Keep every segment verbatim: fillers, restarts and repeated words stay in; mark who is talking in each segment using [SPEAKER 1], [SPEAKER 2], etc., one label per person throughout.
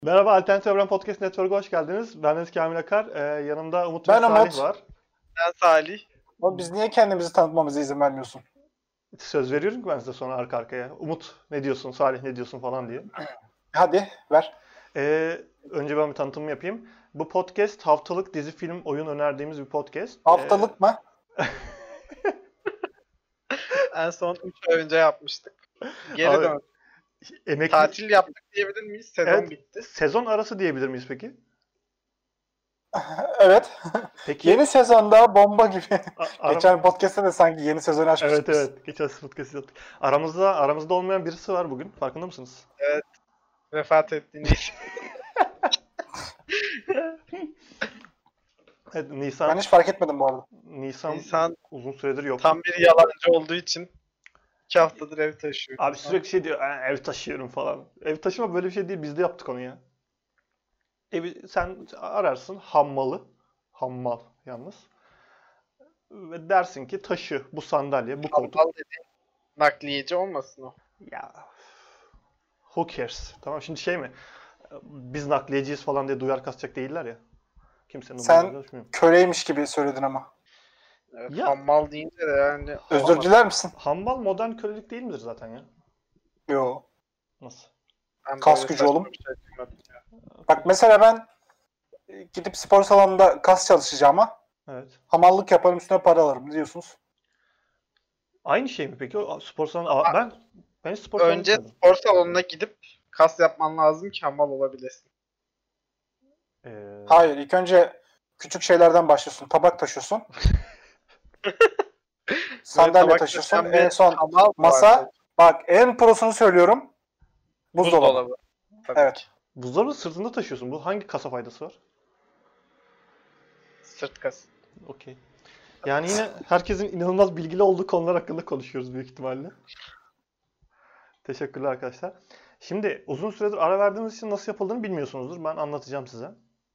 [SPEAKER 1] Merhaba, Alternatif Evren Podcast Network'a hoş geldiniz. Ben Deniz Kamil Akar. Ee, yanımda Umut ve
[SPEAKER 2] Ben
[SPEAKER 1] Salih
[SPEAKER 2] Umut.
[SPEAKER 1] var.
[SPEAKER 3] Ben Salih.
[SPEAKER 2] Oğlum biz niye kendimizi tanıtmamıza izin vermiyorsun?
[SPEAKER 1] Söz veriyorum ki ben size sonra arka arkaya. Umut ne diyorsun, Salih ne diyorsun falan diye.
[SPEAKER 2] Hadi ver.
[SPEAKER 1] Ee, önce ben bir tanıtımımı yapayım. Bu podcast haftalık dizi, film, oyun önerdiğimiz bir podcast.
[SPEAKER 2] Haftalık mı?
[SPEAKER 3] En son üç ay önce yapmıştık. Geri
[SPEAKER 1] Abi,
[SPEAKER 3] dön.
[SPEAKER 1] Emekli...
[SPEAKER 3] Tatil yaptık diyebilir miyiz? Sezon
[SPEAKER 1] Evet,
[SPEAKER 3] bitti.
[SPEAKER 1] Sezon arası diyebilir miyiz peki?
[SPEAKER 2] Evet.
[SPEAKER 1] Peki.
[SPEAKER 2] Yeni sezonda bomba gibi.
[SPEAKER 1] A- ara-
[SPEAKER 2] Geçen podcast'ta da sanki yeni sezonu açmıştık.
[SPEAKER 1] Evet evet. Geçen podcast yaptık. Aramızda aramızda olmayan birisi var bugün. Farkında mısınız?
[SPEAKER 3] Evet. Vefat ettiğiniz için.
[SPEAKER 1] Evet, Nisan.
[SPEAKER 2] Ben hiç fark etmedim bu arada.
[SPEAKER 1] Nisan,
[SPEAKER 3] İnsan
[SPEAKER 1] uzun süredir yok.
[SPEAKER 3] tam bir yalancı olduğu için iki haftadır ev taşıyor.
[SPEAKER 1] Abi sürekli şey diyor, "Aa, ev taşıyorum falan. Ev taşıma böyle bir şey değil, biz de yaptık onu ya. Evi sen ararsın, hammalı. Hammal yalnız. Ve dersin ki taşı, bu sandalye, bu koltuk.
[SPEAKER 3] Al dediğin nakliyeci olmasın o.
[SPEAKER 1] Ya who cares? Tamam şimdi şey mi? Biz nakliyeciyiz falan diye duyar kasacak değiller ya. Kimsenin
[SPEAKER 2] Sen-
[SPEAKER 1] umurunda düşünmüyorum.
[SPEAKER 2] Köleymiş gibi söyledin ama.
[SPEAKER 3] Evet,
[SPEAKER 1] Ya-
[SPEAKER 3] hammal deyince de yani
[SPEAKER 2] Özür
[SPEAKER 1] Ama-
[SPEAKER 2] diler misin?
[SPEAKER 1] Hammal modern kölelik değil midir zaten ya?
[SPEAKER 2] Yo.
[SPEAKER 1] Nasıl?
[SPEAKER 3] ben
[SPEAKER 2] Kas
[SPEAKER 3] böyle
[SPEAKER 2] gücü
[SPEAKER 3] saçma
[SPEAKER 2] oğlum.
[SPEAKER 3] bir şey duymadım ya.
[SPEAKER 2] Bak mesela ben e, gidip spor salonunda kas çalışacağım ama
[SPEAKER 1] Evet.
[SPEAKER 2] hamallık yaparım üstüne para alırım. Ne diyorsunuz?
[SPEAKER 1] Aynı şey mi peki? O spor salonu... Aa, ben ben hiç spor salonu
[SPEAKER 3] Önce
[SPEAKER 1] gitmedim.
[SPEAKER 3] spor salonuna gidip kas yapman lazım ki hammal olabilesin.
[SPEAKER 1] Ee,
[SPEAKER 2] Hayır, ilk önce küçük şeylerden başlıyorsun. Tabak taşıyorsun. Sandalye
[SPEAKER 3] tabak
[SPEAKER 2] taşıyorsun.
[SPEAKER 3] taşıyan
[SPEAKER 2] En
[SPEAKER 3] bir
[SPEAKER 2] son
[SPEAKER 3] hamal var.
[SPEAKER 2] masa. Bak en prosunu söylüyorum. Buzdolabı.
[SPEAKER 3] Buzdolabı. Tabii
[SPEAKER 2] Evet.
[SPEAKER 3] ki.
[SPEAKER 1] Buzdolabını sırtında taşıyorsun. Bu hangi kasa faydası var?
[SPEAKER 3] Sırt kası.
[SPEAKER 1] Okey. Yani yine herkesin inanılmaz bilgili olduğu konular hakkında konuşuyoruz büyük ihtimalle. Teşekkürler arkadaşlar. Şimdi uzun süredir ara verdiğimiz için nasıl yapıldığını bilmiyorsunuzdur. Ben anlatacağım size.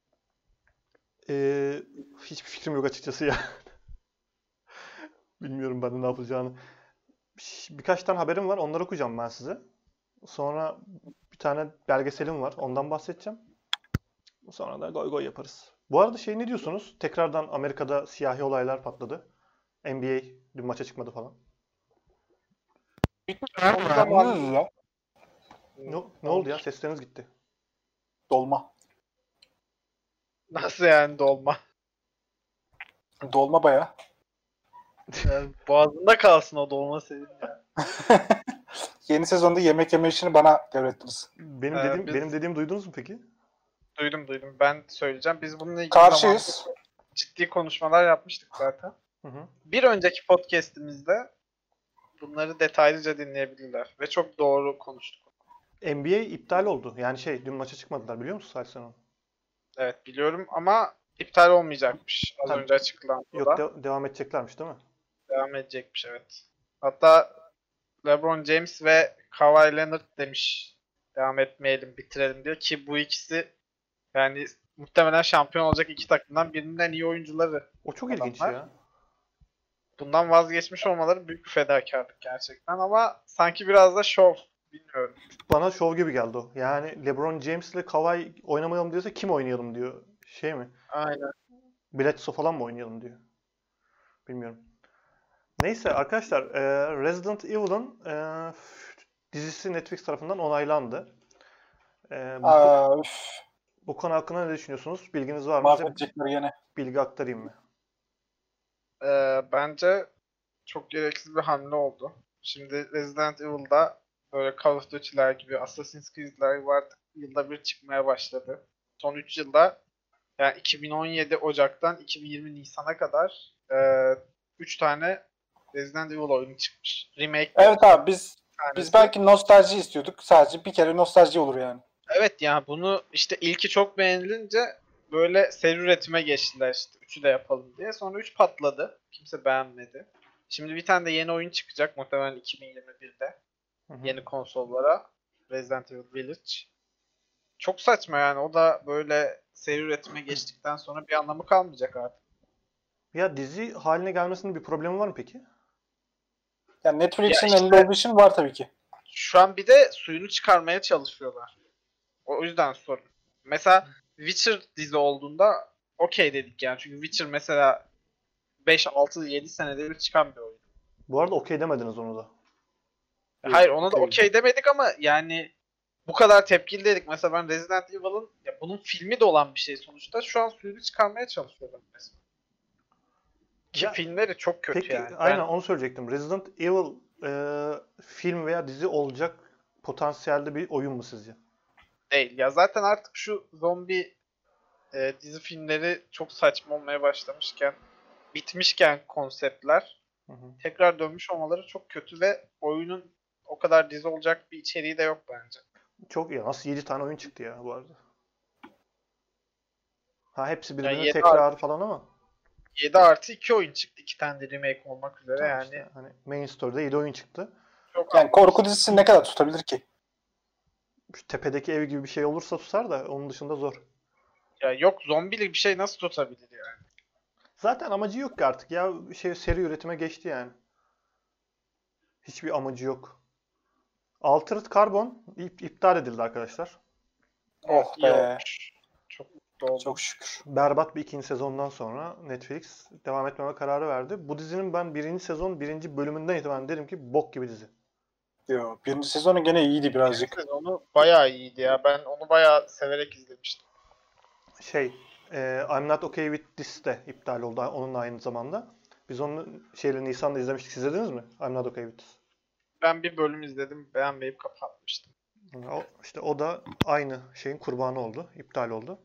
[SPEAKER 1] Ee, hiçbir fikrim yok açıkçası ya. Bilmiyorum ben de ne yapacağını. Bir- Birkaç tane haberim var. Onları okuyacağım ben size. Sonra bir tane belgeselim var. Ondan bahsedeceğim. Sonra da goy goy yaparız. Bu arada şey ne diyorsunuz? Tekrardan Amerika'da siyahi olaylar patladı. N B A dün maça çıkmadı falan.
[SPEAKER 2] O zaman ya.
[SPEAKER 1] Ne, ne oldu ya? Sesleriniz gitti.
[SPEAKER 2] Dolma.
[SPEAKER 3] Nasıl yani dolma?
[SPEAKER 2] Dolma bayağı.
[SPEAKER 3] Yani boğazında kalsın o dolma senin ya.
[SPEAKER 2] Yeni sezonda yemek yeme işini bana devrettiniz.
[SPEAKER 1] Benim
[SPEAKER 3] Ee,
[SPEAKER 1] dediğim
[SPEAKER 3] biz-
[SPEAKER 1] benim dediğimi duydunuz mu peki?
[SPEAKER 3] Duydum duydum. Ben söyleyeceğim. Biz bununla ilgili
[SPEAKER 2] Karşıyız.
[SPEAKER 3] zamanda ciddi konuşmalar yapmıştık zaten.
[SPEAKER 1] Hı hı.
[SPEAKER 3] Bir önceki podcast'imizde bunları detaylıca dinleyebilirler. Ve çok doğru konuştuk.
[SPEAKER 1] N B A iptal oldu. Yani şey dün maça çıkmadılar biliyor musun Salih sen onu?
[SPEAKER 3] Evet biliyorum ama iptal olmayacakmış. Az
[SPEAKER 1] Tabii.
[SPEAKER 3] önce açıklandı
[SPEAKER 1] Yok
[SPEAKER 3] da.
[SPEAKER 1] de- devam edeceklermiş değil mi?
[SPEAKER 3] Devam edecekmiş evet. Hatta LeBron James ve Kawhi Leonard demiş devam etmeyelim bitirelim diyor ki bu ikisi yani muhtemelen şampiyon olacak iki takımdan birinin en iyi oyuncuları.
[SPEAKER 1] O çok ilginç
[SPEAKER 3] Adamlar.
[SPEAKER 1] ya.
[SPEAKER 3] Bundan vazgeçmiş olmaları büyük bir fedakarlık gerçekten ama sanki biraz da şov. Bilmiyorum.
[SPEAKER 1] Bana şov gibi geldi o. Yani LeBron James ile Kawhi oynamayalım diyorsa kim oynayalım diyor. Şey mi?
[SPEAKER 3] Aynen.
[SPEAKER 1] Bledsoe falan mı oynayalım diyor. Bilmiyorum. Neyse arkadaşlar e, Resident Evil'ın e, dizisi Netflix tarafından onaylandı. E, bu,
[SPEAKER 2] Aa, üf,
[SPEAKER 1] bu konu hakkında ne düşünüyorsunuz? Bilginiz var mı? Size
[SPEAKER 2] mahvedecekler yine.
[SPEAKER 1] bilgi aktarayım mı?
[SPEAKER 3] Ee, bence çok gereksiz bir hamle oldu. Şimdi Resident Evil'da böyle Call of Duty'ler gibi Assassin's Creed'ler var. Yılda bir çıkmaya başladı. Son üç yılda yani iki bin on yedi Ocak'tan iki bin yirmi Nisan'a kadar üç tane Resident Evil oyunu çıkmış. Remake.
[SPEAKER 2] Evet abi biz
[SPEAKER 3] tanesi.
[SPEAKER 2] biz belki nostalji istiyorduk. Sadece bir kere nostalji olur yani.
[SPEAKER 3] Evet yani bunu işte ilki çok beğenilince böyle seri üretime geçtiler işte. Üçü de yapalım diye. Sonra üç patladı. Kimse beğenmedi. Şimdi bir tane de yeni oyun çıkacak muhtemelen iki bin yirmi birde.
[SPEAKER 1] Hı hı.
[SPEAKER 3] Yeni konsollara. Resident Evil Village. Çok saçma yani. O da böyle seri üretime geçtikten sonra bir anlamı kalmayacak artık.
[SPEAKER 1] Ya dizi haline gelmesinin bir problemi var mı peki?
[SPEAKER 2] Yani Netflix'in
[SPEAKER 3] Ya işte-
[SPEAKER 2] elinde olduğu için var tabii ki.
[SPEAKER 3] Şu an bir de suyunu çıkarmaya çalışıyorlar. O yüzden sorun. Mesela Witcher dizi olduğunda okey dedik yani. Çünkü Witcher mesela beş, altı, yedi senede bir çıkan bir oyun.
[SPEAKER 1] Bu arada okey demediniz onu da.
[SPEAKER 3] Hayır ona da
[SPEAKER 2] okey.
[SPEAKER 3] okey demedik ama yani bu kadar tepkili dedik. Mesela ben Resident Evil'ın ya bunun filmi de olan bir şey sonuçta. Şu an suyunu çıkarmaya çalışıyorum mesela. Ki
[SPEAKER 1] Ya,
[SPEAKER 3] filmleri çok kötü
[SPEAKER 1] Peki
[SPEAKER 3] yani.
[SPEAKER 1] aynen
[SPEAKER 3] Ben
[SPEAKER 1] onu söyleyecektim. Resident Evil e, film veya dizi olacak potansiyelde bir oyun mu sizce?
[SPEAKER 3] değil. Ya zaten artık şu zombi e, dizi filmleri çok saçma olmaya başlamışken, bitmişken konseptler
[SPEAKER 1] Hı hı.
[SPEAKER 3] tekrar dönmüş olmaları çok kötü ve oyunun o kadar dizi olacak bir içeriği de yok bence.
[SPEAKER 1] Çok iyi. Nasıl yedi tane oyun çıktı ya bu arada. Ha hepsi
[SPEAKER 3] Yani
[SPEAKER 1] birbirinin
[SPEAKER 3] yedi
[SPEAKER 1] tekrar
[SPEAKER 3] artı,
[SPEAKER 1] falan ama
[SPEAKER 3] yedi artı iki oyun çıktı. iki tane de remake olmak üzere
[SPEAKER 1] tamam
[SPEAKER 3] yani
[SPEAKER 1] işte hani main story'de yedi oyun çıktı.
[SPEAKER 3] çok
[SPEAKER 2] Yani korku
[SPEAKER 3] anlamsız.
[SPEAKER 2] dizisi ne kadar tutabilir ki?
[SPEAKER 1] Şu tepedeki ev gibi bir şey olursa tutar da onun dışında zor.
[SPEAKER 3] Ya yok zombili bir şey nasıl tutabilir yani?
[SPEAKER 1] Zaten amacı yok ki artık ya şey seri üretime geçti yani. Hiçbir amacı yok. Altered Carbon ip- iptal edildi arkadaşlar.
[SPEAKER 3] Evet,
[SPEAKER 2] Oh
[SPEAKER 3] iyi
[SPEAKER 2] be.
[SPEAKER 3] olmuş. Çok mutlu oldum.
[SPEAKER 2] Çok şükür.
[SPEAKER 1] Berbat bir ikinci sezondan sonra Netflix devam etmeme kararı verdi. Bu dizinin ben birinci sezon birinci bölümünden itibaren dedim ki bok gibi dizi.
[SPEAKER 2] Yo, birinci sezonu gene iyiydi birazcık.
[SPEAKER 3] Sezonu bayağı iyiydi ya. Ben onu bayağı severek izlemiştim.
[SPEAKER 1] Şey, e, I'm Not Okay With This de iptal oldu onunla aynı zamanda. Biz onu şeyle Nisan'da izlemiştik. Siz izlediniz mi? I'm Not Okay With This.
[SPEAKER 3] Ben bir bölüm izledim, beğenmeyip kapatmıştım.
[SPEAKER 1] O, işte o da aynı şeyin kurbanı oldu. İptal oldu.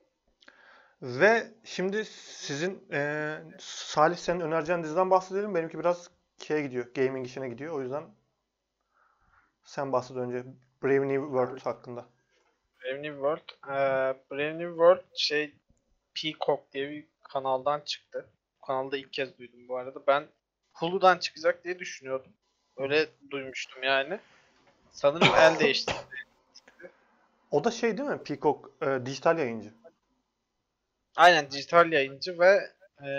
[SPEAKER 1] Ve şimdi sizin e, Salih senin önereceğin diziden bahsedelim. Benimki biraz şeye gidiyor. Gaming işine gidiyor. O yüzden sen bahset önce. Brave New World hakkında.
[SPEAKER 3] Brave New World. Ee, Brave New World şey Peacock diye bir kanaldan çıktı. Bu kanalda ilk kez duydum bu arada. Ben Hulu'dan çıkacak diye düşünüyordum. Öyle duymuştum yani. Sanırım el değişti.
[SPEAKER 1] O da şey değil mi? Peacock e, dijital yayıncı.
[SPEAKER 3] Aynen dijital yayıncı ve e,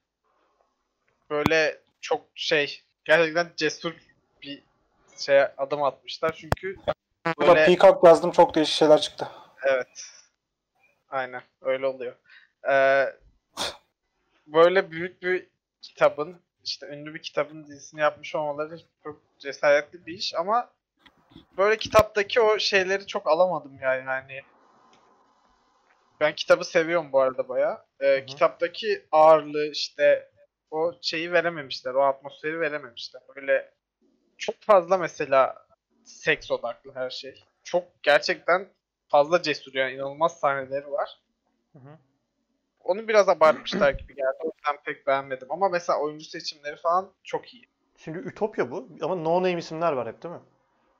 [SPEAKER 3] böyle çok şey gerçekten cesur bir şey adım atmışlar. Çünkü
[SPEAKER 2] Burada
[SPEAKER 3] böyle
[SPEAKER 2] Peacock yazdım, çok değişik şeyler çıktı.
[SPEAKER 3] evet aynen öyle oluyor. Ee, böyle büyük bir kitabın işte ünlü bir kitabın dizisini yapmış olmaları çok cesaretli bir iş ama böyle kitaptaki o şeyleri çok alamadım yani hani ben kitabı seviyorum bu arada bayağı. Ee,
[SPEAKER 1] Hı hı.
[SPEAKER 3] kitaptaki ağırlığı işte o şeyi verememişler, o atmosferi verememişler. Böyle çok fazla mesela seks odaklı her şey. Çok gerçekten fazla cesur yani inanılmaz sahneleri var.
[SPEAKER 1] Hı hı.
[SPEAKER 3] Onu biraz abartmışlar gibi geldi. O yüzden pek beğenmedim. Ama mesela oyuncu seçimleri falan çok iyi.
[SPEAKER 1] Şimdi Ütopya bu ama no name isimler var hep değil mi?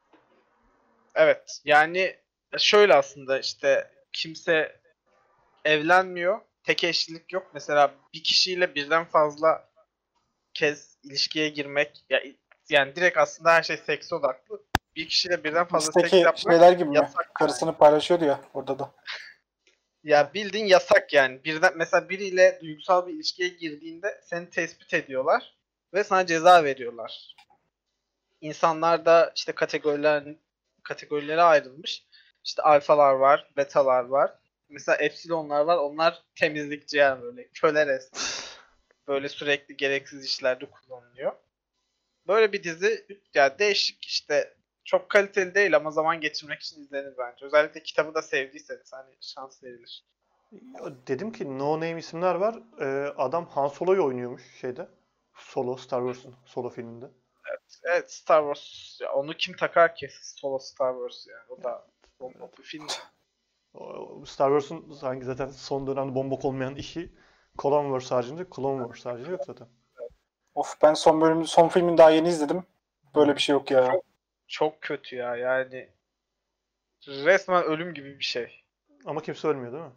[SPEAKER 3] Evet. Yani şöyle aslında işte kimse evlenmiyor. Tek eşlilik yok. Mesela bir kişiyle birden fazla kez ilişkiye girmek ya yani direkt aslında her şey seks odaklı. Bir kişiyle birden fazla seks
[SPEAKER 2] Listeki
[SPEAKER 3] yapmak
[SPEAKER 2] şeyler gibi mi?
[SPEAKER 3] yasak yani.
[SPEAKER 2] Karısını paylaşıyordu ya orada da.
[SPEAKER 3] Ya bildiğin yasak yani. Birden mesela biriyle duygusal bir ilişkiye girdiğinde seni tespit ediyorlar ve sana ceza veriyorlar. İnsanlar da işte kategoriler kategorilere ayrılmış. İşte alfalar var, betalar var. Mesela epsilonlar var. Onlar temizlikçi yani böyle köle resmen. Böyle sürekli gereksiz işlerde kullanılıyor. Böyle bir dizi ya değişik işte çok kaliteli değil ama zaman geçirmek için izlenir bence. Özellikle kitabı da sevdiyseniz hani şans verilir.
[SPEAKER 1] Dedim ki no name isimler var. Ee, adam Han Solo'yu oynuyormuş şeyde. Solo, Star Wars'un Solo filminde.
[SPEAKER 3] Evet Star Wars ya onu kim takar ki Solo Star Wars yani o da bomba
[SPEAKER 1] Evet.
[SPEAKER 3] bir film.
[SPEAKER 1] O- Star Wars'un sanki zaten son dönemde bombok olmayan işi Clone Wars haricinde, Clone Wars haricinde yok zaten.
[SPEAKER 2] Of, ben son bölümü, son filmini daha yeni izledim. Böyle bir şey yok ya.
[SPEAKER 3] Çok çok kötü ya yani resmen ölüm gibi bir şey.
[SPEAKER 1] Ama kimse ölmüyor değil mi?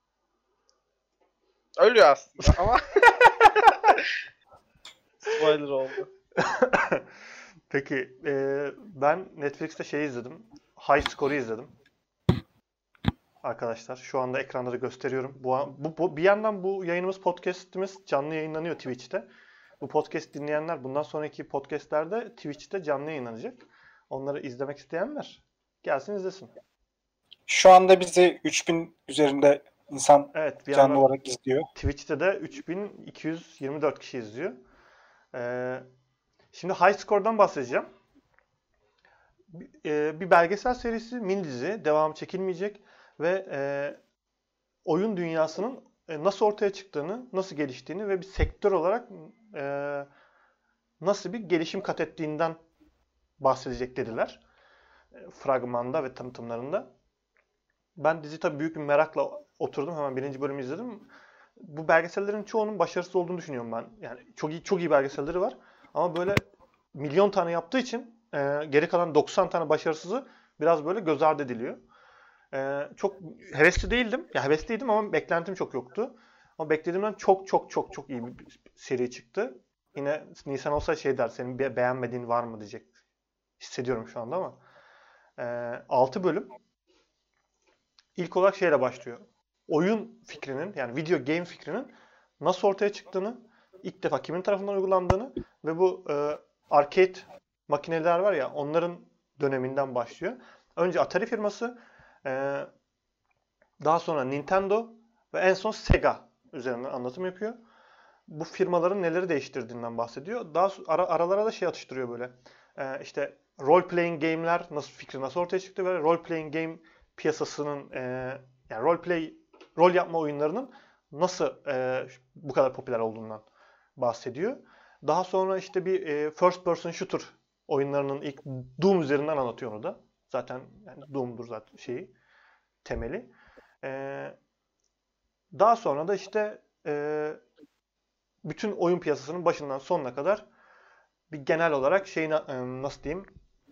[SPEAKER 3] Ölüyor aslında ama spoiler oldu.
[SPEAKER 1] Peki, e, ben Netflix'te şey izledim. High Score'u izledim. Arkadaşlar şu anda ekranları gösteriyorum. Bu, bu, bu bir yandan bu yayınımız podcast'imiz canlı yayınlanıyor Twitch'te. Bu podcast dinleyenler bundan sonraki podcast'lerde Twitch'te canlı yayınlanacak. Onları izlemek isteyenler gelsin izlesin.
[SPEAKER 2] Şu anda bizi üç bin üzerinde insan
[SPEAKER 1] Evet, bir
[SPEAKER 2] canlı
[SPEAKER 1] yandan
[SPEAKER 2] olarak izliyor.
[SPEAKER 1] Twitch'te de üç bin iki yüz yirmi dört kişi izliyor. Ee, şimdi High Score'dan bahsedeceğim. Bir, e, bir belgesel serisi, mini dizi, devamı çekilmeyecek ve e, oyun dünyasının e, nasıl ortaya çıktığını, nasıl geliştiğini ve bir sektör olarak e, nasıl bir gelişim kat ettiğinden bahsedecek dediler. E, fragmanda ve tanıtımlarında. Ben dizi tabii büyük bir merakla oturdum. Hemen birinci bölümü izledim. Bu belgesellerin çoğunun başarısız olduğunu düşünüyorum ben. Yani çok iyi çok iyi belgeselleri var. Ama böyle milyon tane yaptığı için e, geri kalan doksan tane başarısızı biraz böyle göz ardı ediliyor. E, çok hevesli değildim. Ya hevesliydim ama beklentim çok yoktu. Ama beklediğimden çok çok çok çok iyi bir seri çıktı. Yine Nisan olsa şey der, senin be- beğenmediğin var mı diyecek. Hissediyorum şu anda ama. E, altı bölüm. İlk olarak şeyle başlıyor. Oyun fikrinin, yani video game fikrinin nasıl ortaya çıktığını, ilk defa kimin tarafından uygulandığını ve bu e, arcade makineler var ya, onların döneminden başlıyor. Önce Atari firması, e, daha sonra Nintendo ve en son Sega üzerinden anlatım yapıyor. Bu firmaların neleri değiştirdiğinden bahsediyor. Daha so- ara, aralara da şey atıştırıyor böyle. E, işte role playing game'ler nasıl fikri nasıl ortaya çıktı ve role playing game piyasasının e, yani role play rol yapma oyunlarının nasıl e, bu kadar popüler olduğundan bahsediyor. Daha sonra işte bir e, first person shooter oyunlarının ilk Doom üzerinden anlatıyor onu da. Zaten yani Doom'dur zaten şeyi temeli. E, daha sonra da işte e, bütün oyun piyasasının başından sonuna kadar bir genel olarak şeyin e, nasıl diyeyim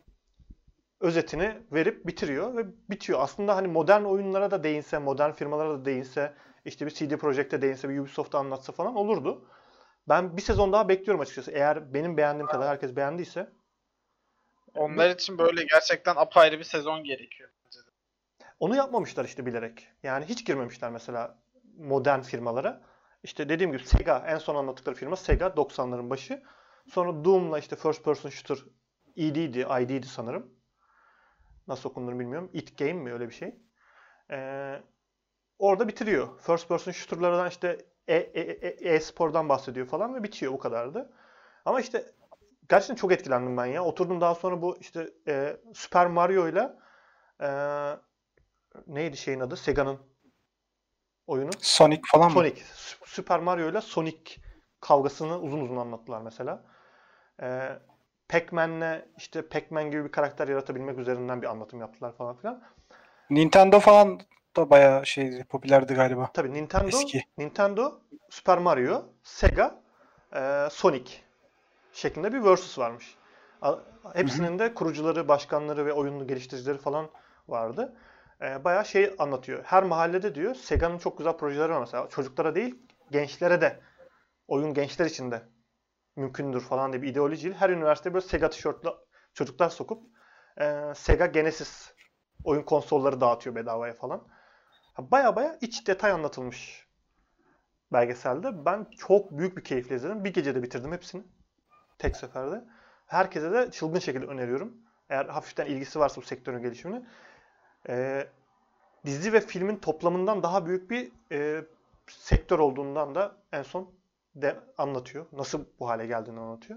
[SPEAKER 1] özetini verip bitiriyor ve bitiyor. Aslında hani modern oyunlara da değinse, modern firmalara da değinse, işte bir C D Projekt'e değinse, bir Ubisoft'a anlatsa falan olurdu. Ben bir sezon daha bekliyorum açıkçası. Eğer benim beğendiğim kadar herkes beğendiyse.
[SPEAKER 3] Onlar için böyle gerçekten apayrı bir sezon gerekiyor bence de.
[SPEAKER 1] Onu yapmamışlar işte bilerek. Yani hiç girmemişler mesela modern firmalara. İşte dediğim gibi Sega, en son anlattıkları firma Sega doksanların başı. Sonra Doom'la işte First Person Shooter E D'ydi, I D'ydi sanırım. Nasıl okunduğunu bilmiyorum. It Game mi öyle bir şey. Ee, orada bitiriyor. First Person Shooter'lardan işte e, e, e, e-spordan bahsediyor falan ve bitiyor, bu kadardı. Ama işte gerçekten çok etkilendim ben ya. Oturdum daha sonra bu işte e, Super Mario ile e, neydi şeyin adı? Sega'nın oyunu.
[SPEAKER 2] Sonic falan mı?
[SPEAKER 1] Sonic. Super Mario ile Sonic kavgasını uzun uzun anlattılar mesela. Ee, Pac-Man'le işte Pac-Man gibi bir karakter yaratabilmek üzerinden bir anlatım yaptılar falan filan.
[SPEAKER 2] Nintendo falan da bayağı şeydi, popülerdi galiba.
[SPEAKER 1] Tabii Nintendo,
[SPEAKER 2] Eski.
[SPEAKER 1] Nintendo, Super Mario, Sega, e, Sonic şeklinde bir versus varmış. A-
[SPEAKER 2] Hı hı.
[SPEAKER 1] Hepsinin de kurucuları, başkanları ve oyunu geliştiricileri falan vardı. E, bayağı şey anlatıyor. Her mahallede diyor Sega'nın çok güzel projeleri var mesela. Çocuklara değil, gençlere de, oyun gençler için de mümkündür falan diye bir ideolojiyle her üniversiteye böyle Sega tişörtlü çocuklar sokup e, Sega Genesis oyun konsolları dağıtıyor bedavaya falan. Baya baya iç detay anlatılmış belgeselde. Ben çok büyük bir keyifle izledim. Bir gecede bitirdim hepsini. Tek seferde. Herkese de çılgın şekilde öneriyorum. Eğer hafiften ilgisi varsa bu sektörün gelişimine. Ee, dizi ve filmin toplamından daha büyük bir e, sektör olduğundan da en son de anlatıyor. Nasıl bu hale geldiğini anlatıyor.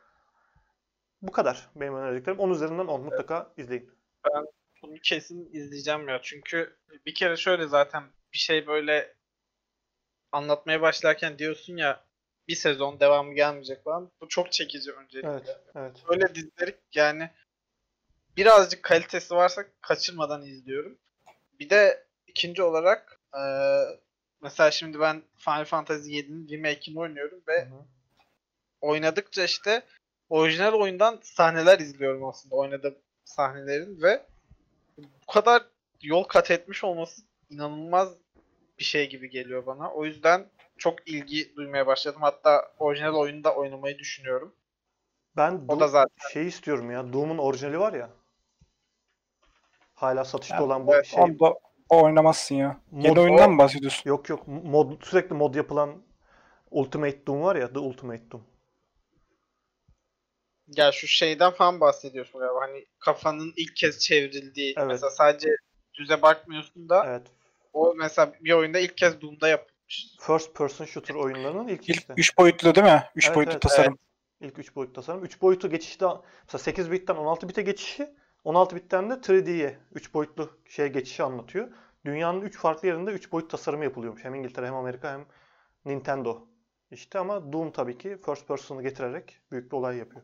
[SPEAKER 1] Bu kadar benim önerdiklerim. on üzerinden on, mutlaka izleyin.
[SPEAKER 3] Ben bunu kesin izleyeceğim ya. Çünkü bir kere şöyle zaten bir şey böyle anlatmaya başlarken diyorsun ya bir sezon devamı gelmeyecek falan. Bu çok çekici öncelikle.
[SPEAKER 1] Evet, evet.
[SPEAKER 3] Böyle dizileri yani birazcık kalitesi varsa kaçırmadan izliyorum. Bir de ikinci olarak eee, mesela şimdi ben Final Fantasy yedinin remake'ini oynuyorum
[SPEAKER 1] Hı
[SPEAKER 3] ve
[SPEAKER 1] hı.
[SPEAKER 3] oynadıkça işte orijinal oyundan sahneler izliyorum aslında oynadığım sahnelerin ve bu kadar yol kat etmiş olması inanılmaz bir şey gibi geliyor bana. O yüzden çok ilgi duymaya başladım. Hatta orijinal oyunu da oynamayı düşünüyorum.
[SPEAKER 1] Ben
[SPEAKER 3] O da
[SPEAKER 1] Do
[SPEAKER 3] zaten
[SPEAKER 1] şey istiyorum ya. Doom'un orijinali var ya. Hala satışta
[SPEAKER 2] Yani
[SPEAKER 1] olan bu
[SPEAKER 3] evet,
[SPEAKER 1] şey
[SPEAKER 2] onu da o oynamazsın ya. Yeni
[SPEAKER 1] mod,
[SPEAKER 2] oyundan
[SPEAKER 3] o
[SPEAKER 2] mı bahsediyorsun?
[SPEAKER 1] yok yok, mod, sürekli mod yapılan Ultimate Doom var ya. The Ultimate Doom.
[SPEAKER 3] ya şu şeyden falan bahsediyorsun galiba. Hani kafanın ilk kez çevrildiği mesela
[SPEAKER 1] Evet.
[SPEAKER 3] sadece düze bakmıyorsun da
[SPEAKER 1] Evet.
[SPEAKER 3] o mesela bir oyunda ilk kez Doom'da yapılmış.
[SPEAKER 1] First person shooter oyunlarının ilk
[SPEAKER 2] İlk
[SPEAKER 1] işte.
[SPEAKER 2] üç boyutlu değil mi? üç
[SPEAKER 1] Evet,
[SPEAKER 2] boyutlu
[SPEAKER 1] evet.
[SPEAKER 2] tasarım.
[SPEAKER 1] İlk üç boyut tasarım. üç boyutu geçişte mesela sekiz bitten on altı bite geçişi, on altı bitten de üç D'ye, üç boyutlu şeye geçişi anlatıyor. Dünyanın üç farklı yerinde üç boyut tasarımı yapılıyormuş. Hem İngiltere hem Amerika hem Nintendo. İşte ama Doom tabii ki first person'ı getirerek büyük bir olay yapıyor.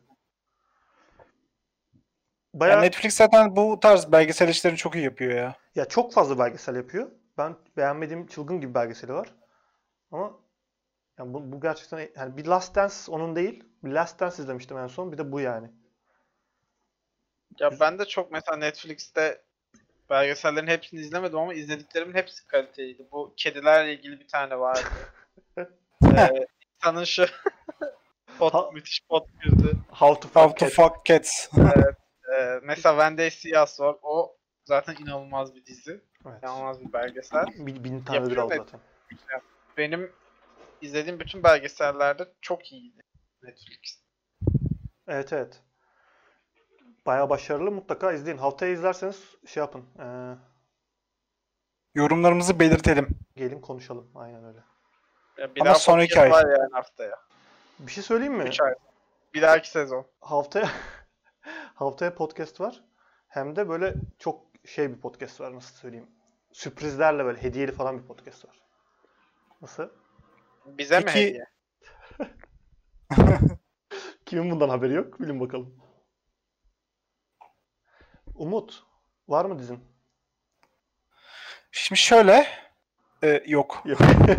[SPEAKER 2] Yani
[SPEAKER 1] Bayağı
[SPEAKER 2] Netflix zaten bu tarz belgesel işlerini çok iyi yapıyor ya.
[SPEAKER 1] ya çok fazla belgesel yapıyor. Ben beğenmediğim çılgın gibi belgeseli var. Ama yani bu, bu gerçekten yani bir Last Dance onun değil. Bir Last Dance izlemiştim en son. Bir de bu yani.
[SPEAKER 3] Ya ben de çok mesela Netflix'te belgesellerin hepsini izlemedim ama izlediklerimin hepsi kaliteliydi. Bu kedilerle ilgili bir tane vardı. ee, insanın şu pot,
[SPEAKER 1] Ha-
[SPEAKER 3] müthiş pot girdi.
[SPEAKER 1] How to
[SPEAKER 2] How
[SPEAKER 1] Fuck
[SPEAKER 2] to
[SPEAKER 1] Cat.
[SPEAKER 2] Fuck Cats.
[SPEAKER 3] Ee, mesela Wendy Siyas var. O zaten inanılmaz bir dizi.
[SPEAKER 1] Evet.
[SPEAKER 3] İnanılmaz bir belgesel.
[SPEAKER 1] Bin, bin tane ödül
[SPEAKER 3] Yapıyor
[SPEAKER 1] aldı
[SPEAKER 3] ve
[SPEAKER 1] zaten.
[SPEAKER 3] benim izlediğim bütün belgesellerde çok iyiydi Netflix.
[SPEAKER 1] Evet, evet. Bayağı başarılı. Mutlaka izleyin. Haftaya izlerseniz şey yapın. Ee,
[SPEAKER 2] Yorumlarımızı belirtelim.
[SPEAKER 1] gelin konuşalım. Aynen öyle.
[SPEAKER 3] Ya bir
[SPEAKER 2] Ama
[SPEAKER 3] daha
[SPEAKER 2] sonraki
[SPEAKER 3] podcast
[SPEAKER 2] ay.
[SPEAKER 3] var yani haftaya.
[SPEAKER 1] Bir şey söyleyeyim mi?
[SPEAKER 3] üç ay. Bir dahaki sezon.
[SPEAKER 1] Haftaya haftaya podcast var. Hem de böyle çok şey bir podcast var. Nasıl söyleyeyim? Sürprizlerle böyle hediyeli falan bir podcast var. Nasıl?
[SPEAKER 3] Bize mi
[SPEAKER 2] Peki-
[SPEAKER 3] hediye?
[SPEAKER 1] Kimin bundan haberi yok? Bilin bakalım. Umut, var mı dizin?
[SPEAKER 2] Şimdi şöyle. e, yok.
[SPEAKER 1] Yok.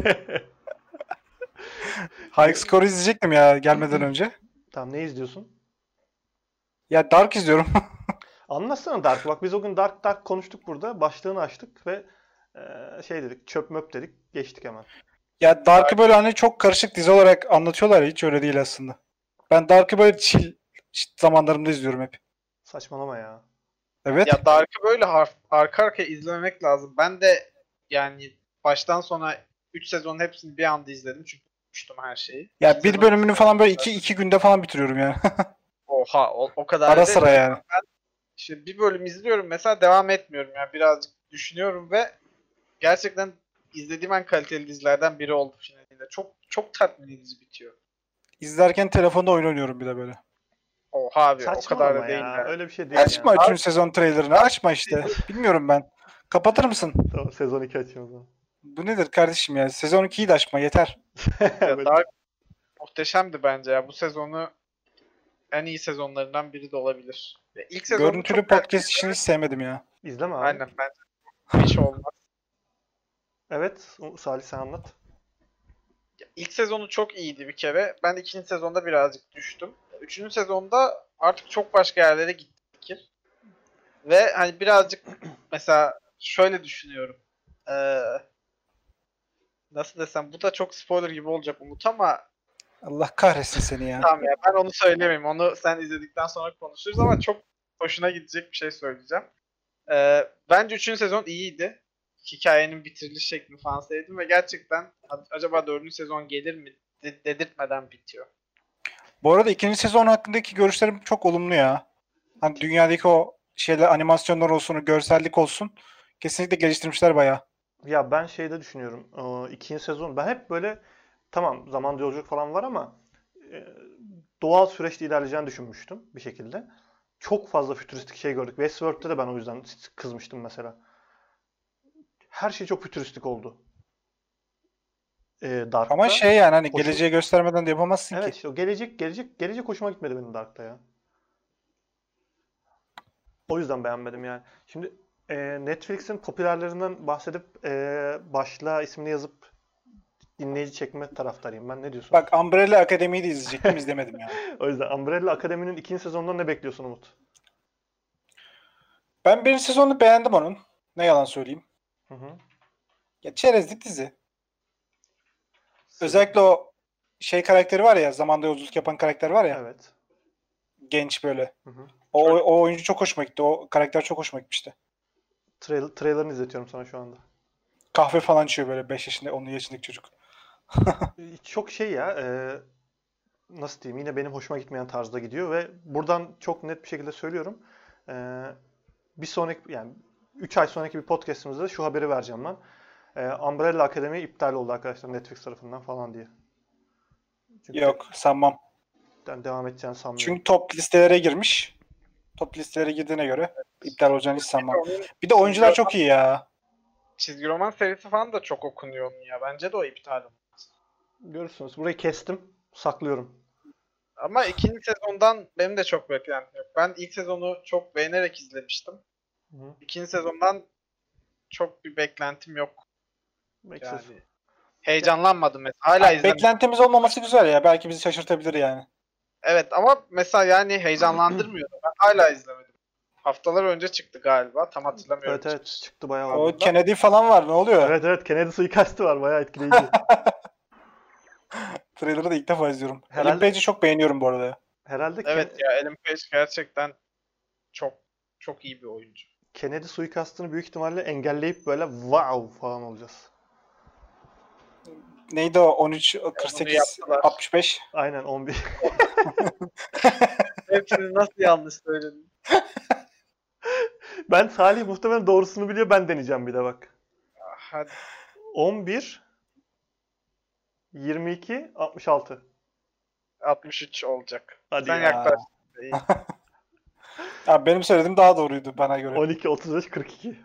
[SPEAKER 2] High Score izleyecektim ya gelmeden önce.
[SPEAKER 1] Tamam, ne izliyorsun?
[SPEAKER 2] Ya Dark izliyorum.
[SPEAKER 1] Anlatsana Dark. Bak biz o gün Dark Dark konuştuk burada. Başlığını açtık ve e, şey dedik, çöp möp dedik. Geçtik hemen.
[SPEAKER 2] Ya Dark'ı böyle hani çok karışık dizi olarak anlatıyorlar ya, hiç öyle değil aslında. Ben Dark'ı böyle chill, chill zamanlarımda izliyorum hep.
[SPEAKER 1] Saçmalama ya.
[SPEAKER 2] Evet.
[SPEAKER 3] Ya Dark'ı böyle har- arka arkaya izlememek lazım. Ben de yani baştan sona üç sezonun hepsini bir anda izledim çünkü unutmuştum her şeyi.
[SPEAKER 2] Ya
[SPEAKER 3] İki
[SPEAKER 2] bir
[SPEAKER 3] sezon-
[SPEAKER 2] bölümünü falan böyle iki, iki günde falan bitiriyorum yani.
[SPEAKER 3] Oha o, o kadar
[SPEAKER 2] Ara
[SPEAKER 3] değil.
[SPEAKER 2] sıra yani.
[SPEAKER 3] İşte bir bölüm izliyorum mesela devam etmiyorum yani birazcık düşünüyorum ve gerçekten izlediğim en kaliteli dizilerden biri oldu finalinde. Çok çok tatmin edici bitiyor.
[SPEAKER 2] İzlerken telefonda oyun oynuyorum bir de böyle.
[SPEAKER 3] Oha abi o
[SPEAKER 1] Saçmalama
[SPEAKER 3] kadar da değil
[SPEAKER 1] ya.
[SPEAKER 3] yani.
[SPEAKER 1] Öyle bir şey değil
[SPEAKER 2] Açma
[SPEAKER 1] yani.
[SPEAKER 2] üçüncü sezon trailerını. Açma işte. Bilmiyorum ben. Kapatır mısın?
[SPEAKER 1] Tamam, sezon iki açayım o zaman.
[SPEAKER 2] Bu nedir kardeşim ya? Sezon ikiyi de açma yeter.
[SPEAKER 3] Ya
[SPEAKER 1] Böyle-
[SPEAKER 3] Dark muhteşemdi bence ya. Bu sezonu en iyi sezonlarından biri de olabilir. Ve ilk sezonu
[SPEAKER 2] Görüntülü
[SPEAKER 3] çok
[SPEAKER 2] podcast
[SPEAKER 3] kaliteli.
[SPEAKER 2] işini hiç sevmedim ya.
[SPEAKER 1] İzleme abi.
[SPEAKER 3] Aynen bence hiç olmaz.
[SPEAKER 1] Evet. Salih sen anlat.
[SPEAKER 3] İlk sezonu çok iyiydi bir kere. Ben ikinci sezonda birazcık düştüm. Üçüncü sezonda artık çok başka yerlere gitti fikir. Ve hani birazcık mesela şöyle düşünüyorum. Ee, nasıl desem bu da çok spoiler gibi olacak Umut ama
[SPEAKER 2] Allah kahretsin seni ya.
[SPEAKER 3] tamam ya ben onu söylemeyeyim. Onu sen izledikten sonra konuşuruz ama çok hoşuna gidecek bir şey söyleyeceğim. Ee, bence üçüncü sezon iyiydi. Hikayenin bitiriliş şeklini falan sevdim ve gerçekten acaba dördüncü sezon gelir mi de- dedirtmeden bitiyor.
[SPEAKER 2] Bu arada ikinci sezon hakkındaki görüşlerim çok olumlu ya. Hani dünyadaki o şeyler, animasyonlar olsun, görsellik olsun. Kesinlikle geliştirmişler bayağı.
[SPEAKER 1] Ya ben şeyde düşünüyorum. Ee, ikinci sezon. Ben hep böyle tamam zamanda yolculuk falan var ama e, doğal süreçte ilerleyeceğini düşünmüştüm bir şekilde. Çok fazla fütüristik şey gördük. Westworld'te de ben o yüzden kızmıştım mesela. Her şey çok fütüristik oldu. Ee, Dark'ta.
[SPEAKER 2] Ama şey yani hani
[SPEAKER 1] hoşu-
[SPEAKER 2] geleceği göstermeden de yapamazsın
[SPEAKER 1] Evet
[SPEAKER 2] ki.
[SPEAKER 1] işte o gelecek gelecek gelecek hoşuma gitmedi benim Dark'ta ya. O yüzden beğenmedim yani. Şimdi e, Netflix'in popülerlerinden bahsedip e, başlığa ismini yazıp dinleyici çekme taraftarıyım. Ben ne diyorsun?
[SPEAKER 2] Bak Umbrella Academy'yi de izleyecektim, izlemedim yani.
[SPEAKER 1] O yüzden Umbrella Academy'nin ikinci sezonundan ne bekliyorsun Umut?
[SPEAKER 2] Ben birinci sezonu beğendim onun. Ne yalan söyleyeyim.
[SPEAKER 1] Hı hı.
[SPEAKER 2] Ya çerezlik dizi. Özellikle o şey karakteri var ya, zamanda yolculuk yapan karakter var ya.
[SPEAKER 1] Evet.
[SPEAKER 2] Genç böyle.
[SPEAKER 1] Hı hı.
[SPEAKER 2] O, o oyuncu çok hoşuma gitti. O karakter çok hoşuma gitmişti.
[SPEAKER 1] Trail, trailerını izletiyorum sana şu anda.
[SPEAKER 2] Kahve falan içiyor böyle beş yaşında, on yaşındaki çocuk.
[SPEAKER 1] E, Çok şey ya, e, nasıl diyeyim, yine benim hoşuma gitmeyen tarzda gidiyor ve buradan çok net bir şekilde söylüyorum. E, bir sonraki yani üç ay sonraki bir podcastimizde şu haberi vereceğim ben. Ee, Umbrella Academy iptal oldu arkadaşlar Netflix tarafından falan diye. Çünkü
[SPEAKER 2] Yok sanmam.
[SPEAKER 1] de- devam edeceğini sanmıyorum.
[SPEAKER 2] Çünkü top listelere girmiş. Top listelere girdiğine göre iptal olacağını hiç sanmam.
[SPEAKER 3] Onun
[SPEAKER 2] Bir de oyuncular çok iyi ya.
[SPEAKER 3] çizgi roman serisi falan da çok okunuyor onun ya. Bence de o iptal olmaz.
[SPEAKER 1] Görürsünüz. Burayı kestim. Saklıyorum.
[SPEAKER 3] Ama ikinci sezondan benim de çok beklentim yok. Ben ilk sezonu çok beğenerek izlemiştim.
[SPEAKER 1] Hı hı.
[SPEAKER 3] İkinci sezondan çok bir beklentim yok.
[SPEAKER 1] Bekliyoruz.
[SPEAKER 3] Yani heyecanlanmadım mesela. Hala izlemedim.
[SPEAKER 2] Beklentimiz olmaması güzel ya. Belki bizi şaşırtabilir yani.
[SPEAKER 3] Evet ama mesela yani heyecanlandırmıyordu. Ben hala izlemedim. Haftalar önce çıktı galiba. Tam hatırlamıyorum.
[SPEAKER 1] Evet evet çıktı bayağı
[SPEAKER 2] O
[SPEAKER 1] oldu.
[SPEAKER 2] Kennedy falan var. Ne oluyor?
[SPEAKER 1] Evet evet Kennedy suikastı var. Bayağı etkileyici.
[SPEAKER 2] Trailer'ı da ilk defa izliyorum.
[SPEAKER 1] Herhalde-
[SPEAKER 2] Ellen Page'i çok beğeniyorum bu arada.
[SPEAKER 1] Herhalde
[SPEAKER 3] Evet
[SPEAKER 1] Ken-
[SPEAKER 3] ya Ellen Page gerçekten çok çok iyi bir oyuncu.
[SPEAKER 1] Kennedy suikastını büyük ihtimalle engelleyip böyle wow falan olacağız.
[SPEAKER 2] Neydi o? on üç,
[SPEAKER 3] Onu
[SPEAKER 2] kırk sekiz,
[SPEAKER 3] yaptılar.
[SPEAKER 2] altmış beş.
[SPEAKER 1] Aynen on bir.
[SPEAKER 3] Hepsini nasıl yanlış söyledin?
[SPEAKER 1] Ben Salih muhtemelen doğrusunu biliyor. Ben deneyeceğim bir de bak.
[SPEAKER 3] Hadi.
[SPEAKER 1] on bir, yirmi iki, altmış altı.
[SPEAKER 3] altmış üç olacak.
[SPEAKER 1] Hadi
[SPEAKER 3] Sen
[SPEAKER 1] ya.
[SPEAKER 3] yaklaştın. İyi.
[SPEAKER 2] Ya benim söylediğim daha doğruydu bana göre.
[SPEAKER 1] on iki, otuz beş, kırk iki.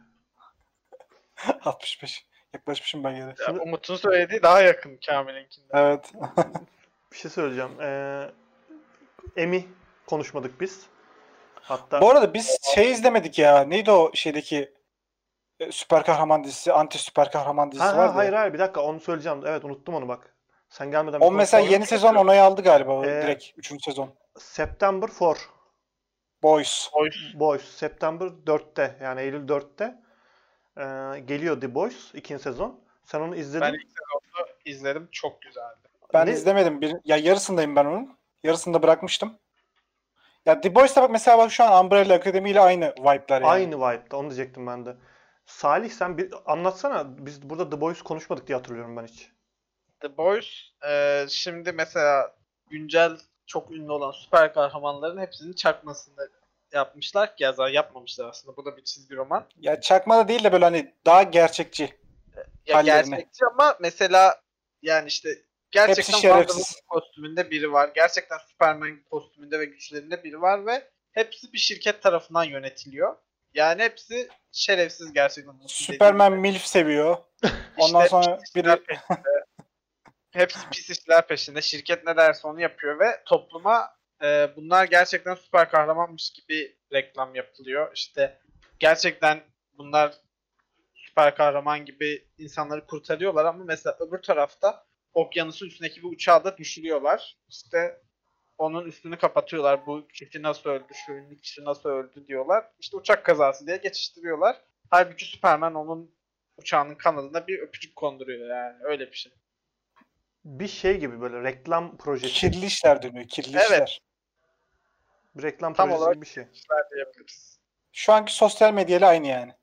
[SPEAKER 2] altmış beş. Yaklaşmışım ben yine.
[SPEAKER 3] Ya, Umut'un söylediği daha yakın Kamil'inkinden.
[SPEAKER 2] Evet.
[SPEAKER 1] Bir şey söyleyeceğim. Ee, Emmy konuşmadık biz. Hatta
[SPEAKER 2] Bu arada biz şey izlemedik ya. Neydi o şeydeki e, süper kahraman dizisi, anti süper kahraman dizisi
[SPEAKER 1] ha,
[SPEAKER 2] vardı
[SPEAKER 1] ha, hayır
[SPEAKER 2] ya.
[SPEAKER 1] hayır bir dakika onu söyleyeceğim. Evet unuttum onu bak. Sen gelmeden bir
[SPEAKER 2] O mesela
[SPEAKER 1] konuşalım.
[SPEAKER 2] yeni sezon onay aldı galiba. O
[SPEAKER 1] Ee,
[SPEAKER 2] direkt üçüncü sezon.
[SPEAKER 1] September dört.
[SPEAKER 2] Boys.
[SPEAKER 3] Boys.
[SPEAKER 1] Boys. September dörtte yani Eylül dörtte ee, geliyor The Boys ikinci sezon. Sen onu izledin.
[SPEAKER 3] Ben ilk sezonu izledim. Çok güzeldi.
[SPEAKER 2] Ben
[SPEAKER 1] Ne-
[SPEAKER 2] izlemedim. Bir, ya yarısındayım ben onun. Yarısında bırakmıştım. Ya The Boys'ta bak mesela bak şu an Umbrella Academy ile aynı vibe'lar yani.
[SPEAKER 1] Aynı vibe'da. Onu diyecektim ben de. Salih sen bir anlatsana. Biz burada The Boys konuşmadık diye hatırlıyorum ben hiç.
[SPEAKER 3] The Boys e, şimdi mesela güncel çok ünlü olan süper kahramanların hepsinin çakmasını yapmışlar ki yazar yapmamışlar aslında. Bu da bir çizgi roman.
[SPEAKER 2] Ya çakma da değil de böyle hani daha gerçekçi.
[SPEAKER 3] Ya
[SPEAKER 2] Hallerini.
[SPEAKER 3] gerçekçi ama mesela yani işte gerçekten
[SPEAKER 2] Hepsi
[SPEAKER 3] Wonder
[SPEAKER 2] şerefsiz.
[SPEAKER 3] Woman kostümünde biri var. Gerçekten Superman kostümünde ve güçlerinde biri var ve hepsi bir şirket tarafından yönetiliyor. Yani hepsi şerefsiz gerçekten.
[SPEAKER 2] Superman MILF seviyor. Ondan
[SPEAKER 3] İşte
[SPEAKER 2] sonra
[SPEAKER 3] pis işler
[SPEAKER 2] biri
[SPEAKER 3] peşinde. Hepsi pis işler peşinde. Şirket ne derse onu yapıyor ve topluma e, bunlar gerçekten süper kahramanmış gibi reklam yapılıyor. İşte gerçekten bunlar süper kahraman gibi insanları kurtarıyorlar ama mesela öbür tarafta okyanusun üstündeki bir uçağı da düşürüyorlar. İşte onun üstünü kapatıyorlar. Bu kişi nasıl öldü, şu ünlü kişi nasıl öldü diyorlar. İşte uçak kazası diye geçiştiriyorlar. Halbuki Superman onun uçağının kanadına bir öpücük konduruyor yani. Öyle bir şey.
[SPEAKER 1] Bir şey gibi böyle reklam projesi.
[SPEAKER 2] kirli işler dönüyor. Kirli
[SPEAKER 3] Evet.
[SPEAKER 2] işler.
[SPEAKER 1] Bir reklam
[SPEAKER 3] Tam
[SPEAKER 1] projesi
[SPEAKER 3] olarak
[SPEAKER 1] gibi bir şey.
[SPEAKER 3] işler diyebiliriz.
[SPEAKER 2] Şu anki sosyal medyayla aynı yani.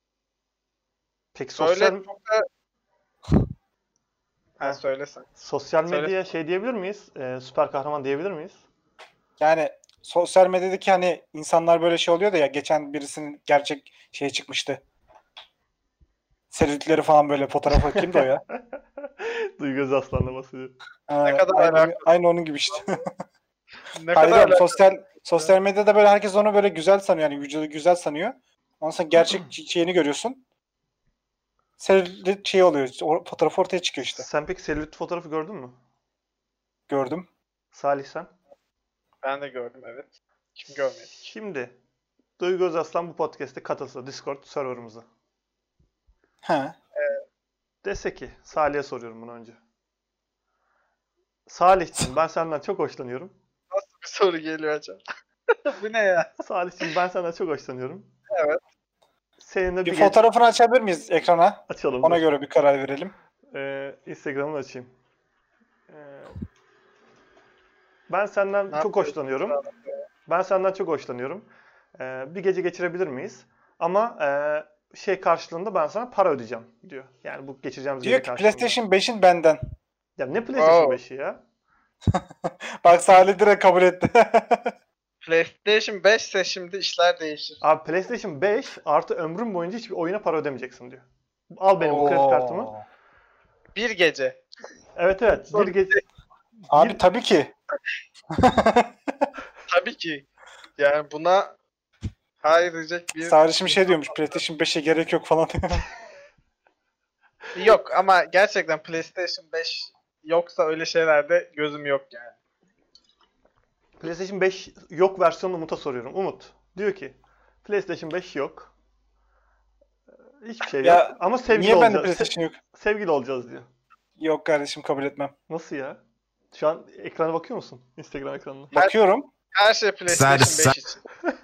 [SPEAKER 1] Peki
[SPEAKER 3] Böyle
[SPEAKER 1] sosyal
[SPEAKER 3] çok da...
[SPEAKER 1] Ha.
[SPEAKER 3] Ha, söylesen.
[SPEAKER 1] sosyal
[SPEAKER 3] Söyle.
[SPEAKER 1] medyaya şey diyebilir miyiz? Ee, süper kahraman diyebilir miyiz?
[SPEAKER 2] Yani sosyal medyadaki hani insanlar böyle şey oluyor da ya geçen birisinin gerçek şeye çıkmıştı. Selülitleri falan böyle fotoğrafa kimdi o ya?
[SPEAKER 1] Duygu Özaslan'la bahsediyor.
[SPEAKER 2] Ha,
[SPEAKER 3] Ne kadar
[SPEAKER 2] aynı,
[SPEAKER 3] alakalı.
[SPEAKER 2] aynı onun gibi işte.
[SPEAKER 3] Ne
[SPEAKER 2] Hayır
[SPEAKER 3] kadar
[SPEAKER 2] oğlum, sosyal sosyal medyada böyle herkes onu böyle güzel sanıyor. Yani vücudu güzel sanıyor. Ondan sonra gerçek şeyini görüyorsun. Selülit şey oluyor. O fotoğraf ortaya çıkıyor işte.
[SPEAKER 1] Sen peki selülit fotoğrafı gördün mü?
[SPEAKER 2] Gördüm.
[SPEAKER 1] Salih sen?
[SPEAKER 3] Ben de gördüm evet. Kim görmedi?
[SPEAKER 1] Şimdi Duygu Özaslan bu podcast'te katılsa Discord serverımıza.
[SPEAKER 2] He.
[SPEAKER 1] Dese ki Salih'e soruyorum bunu önce. Salih'cim ben senden çok hoşlanıyorum.
[SPEAKER 3] Nasıl bir soru geliyor acaba? Bu ne ya?
[SPEAKER 1] Salih'cim ben senden çok hoşlanıyorum.
[SPEAKER 3] Evet.
[SPEAKER 1] Seninle
[SPEAKER 2] Bir
[SPEAKER 1] bir gece
[SPEAKER 2] fotoğrafını açabilir miyiz ekrana?
[SPEAKER 1] açalım.
[SPEAKER 2] Ona
[SPEAKER 1] dur.
[SPEAKER 2] göre bir karar verelim.
[SPEAKER 1] Ee, Instagram'ını açayım. Ee, ben senden
[SPEAKER 3] Ne
[SPEAKER 1] çok
[SPEAKER 3] yapıyorsun?
[SPEAKER 1] hoşlanıyorum. Ben senden çok hoşlanıyorum. Ee, bir gece geçirebilir miyiz? Ama e, şey karşılığında ben sana para ödeyeceğim diyor. Yani bu geçireceğimiz
[SPEAKER 2] Diyor
[SPEAKER 1] gece
[SPEAKER 2] ki
[SPEAKER 1] karşılığında.
[SPEAKER 2] PlayStation beşin benden.
[SPEAKER 1] Ya ne PlayStation
[SPEAKER 3] Wow.
[SPEAKER 1] beşi ya?
[SPEAKER 2] Bak Salih direkt kabul etti.
[SPEAKER 3] PlayStation beş ise şimdi işler değişir.
[SPEAKER 1] Abi PlayStation beş artı ömrün boyunca hiçbir oyuna para ödemeyeceksin diyor. Al benim bu kredi kartımı.
[SPEAKER 2] Oo.
[SPEAKER 3] Bir gece.
[SPEAKER 1] Evet evet. Bir gece
[SPEAKER 2] Abi
[SPEAKER 1] Bir-
[SPEAKER 2] tabii ki.
[SPEAKER 3] Tabii ki. Yani buna hayır diyecek bir...
[SPEAKER 2] Sarışım şey diyormuş. PlayStation beşe gerek yok falan.
[SPEAKER 3] Yok ama gerçekten PlayStation beş yoksa öyle şeylerde gözüm yok yani.
[SPEAKER 1] PlayStation beş yok versiyonunu Umut'a soruyorum. Umut diyor ki PlayStation beş yok. Hiçbir şey
[SPEAKER 2] Ya,
[SPEAKER 1] yok. Ama sevgili
[SPEAKER 2] Niye bende
[SPEAKER 1] olacağız.
[SPEAKER 2] PlayStation yok?
[SPEAKER 1] Se- sevgili olacağız diyor.
[SPEAKER 2] Yok kardeşim, kabul etmem.
[SPEAKER 1] Nasıl ya? Şu an ekrana bakıyor musun? Instagram ekranına.
[SPEAKER 2] Bakıyorum.
[SPEAKER 3] Her şey PlayStation
[SPEAKER 4] Sen-
[SPEAKER 3] beş için.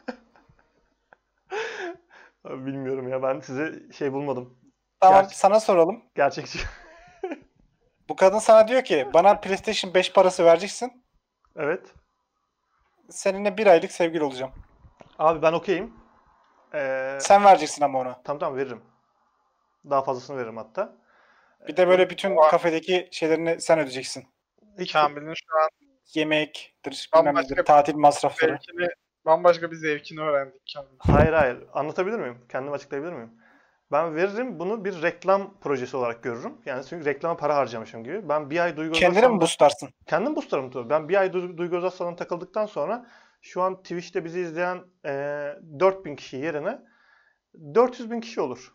[SPEAKER 1] Abi bilmiyorum ya, ben size şey bulmadım.
[SPEAKER 2] Tamam,
[SPEAKER 1] Gerçi-
[SPEAKER 2] sana soralım.
[SPEAKER 1] Gerçekçi.
[SPEAKER 2] Bu kadın sana diyor ki bana PlayStation beş parası vereceksin.
[SPEAKER 1] Evet.
[SPEAKER 2] Seninle bir aylık sevgili olacağım.
[SPEAKER 1] Abi ben okeyim. Ee,
[SPEAKER 2] Sen vereceksin ama ona.
[SPEAKER 1] Tamam tamam veririm. Daha fazlasını veririm hatta.
[SPEAKER 2] Bir de böyle bütün kafedeki şeylerini sen ödeyeceksin.
[SPEAKER 1] Hiç
[SPEAKER 3] Kamil'in şu an
[SPEAKER 2] Yemektir,
[SPEAKER 3] Bambaşka
[SPEAKER 2] bilmem nedir,
[SPEAKER 3] bir
[SPEAKER 2] tatil masrafları.
[SPEAKER 3] zevkini, bambaşka bir zevkini öğrendik Kamil.
[SPEAKER 1] Hayır hayır. Anlatabilir miyim? Kendim açıklayabilir miyim? Ben veririm, bunu bir reklam projesi olarak görürüm. Yani çünkü reklama para harcamışım gibi. Ben bir ay Duygu
[SPEAKER 2] Kendini mi
[SPEAKER 1] Özaslan'da-
[SPEAKER 2] boostlarsın?
[SPEAKER 1] Kendim boostlarım tabii. Ben bir ay Du- Duygu Özaslan'a takıldıktan sonra şu an Twitch'te bizi izleyen e, dört bin kişi yerine dört yüz bin kişi olur.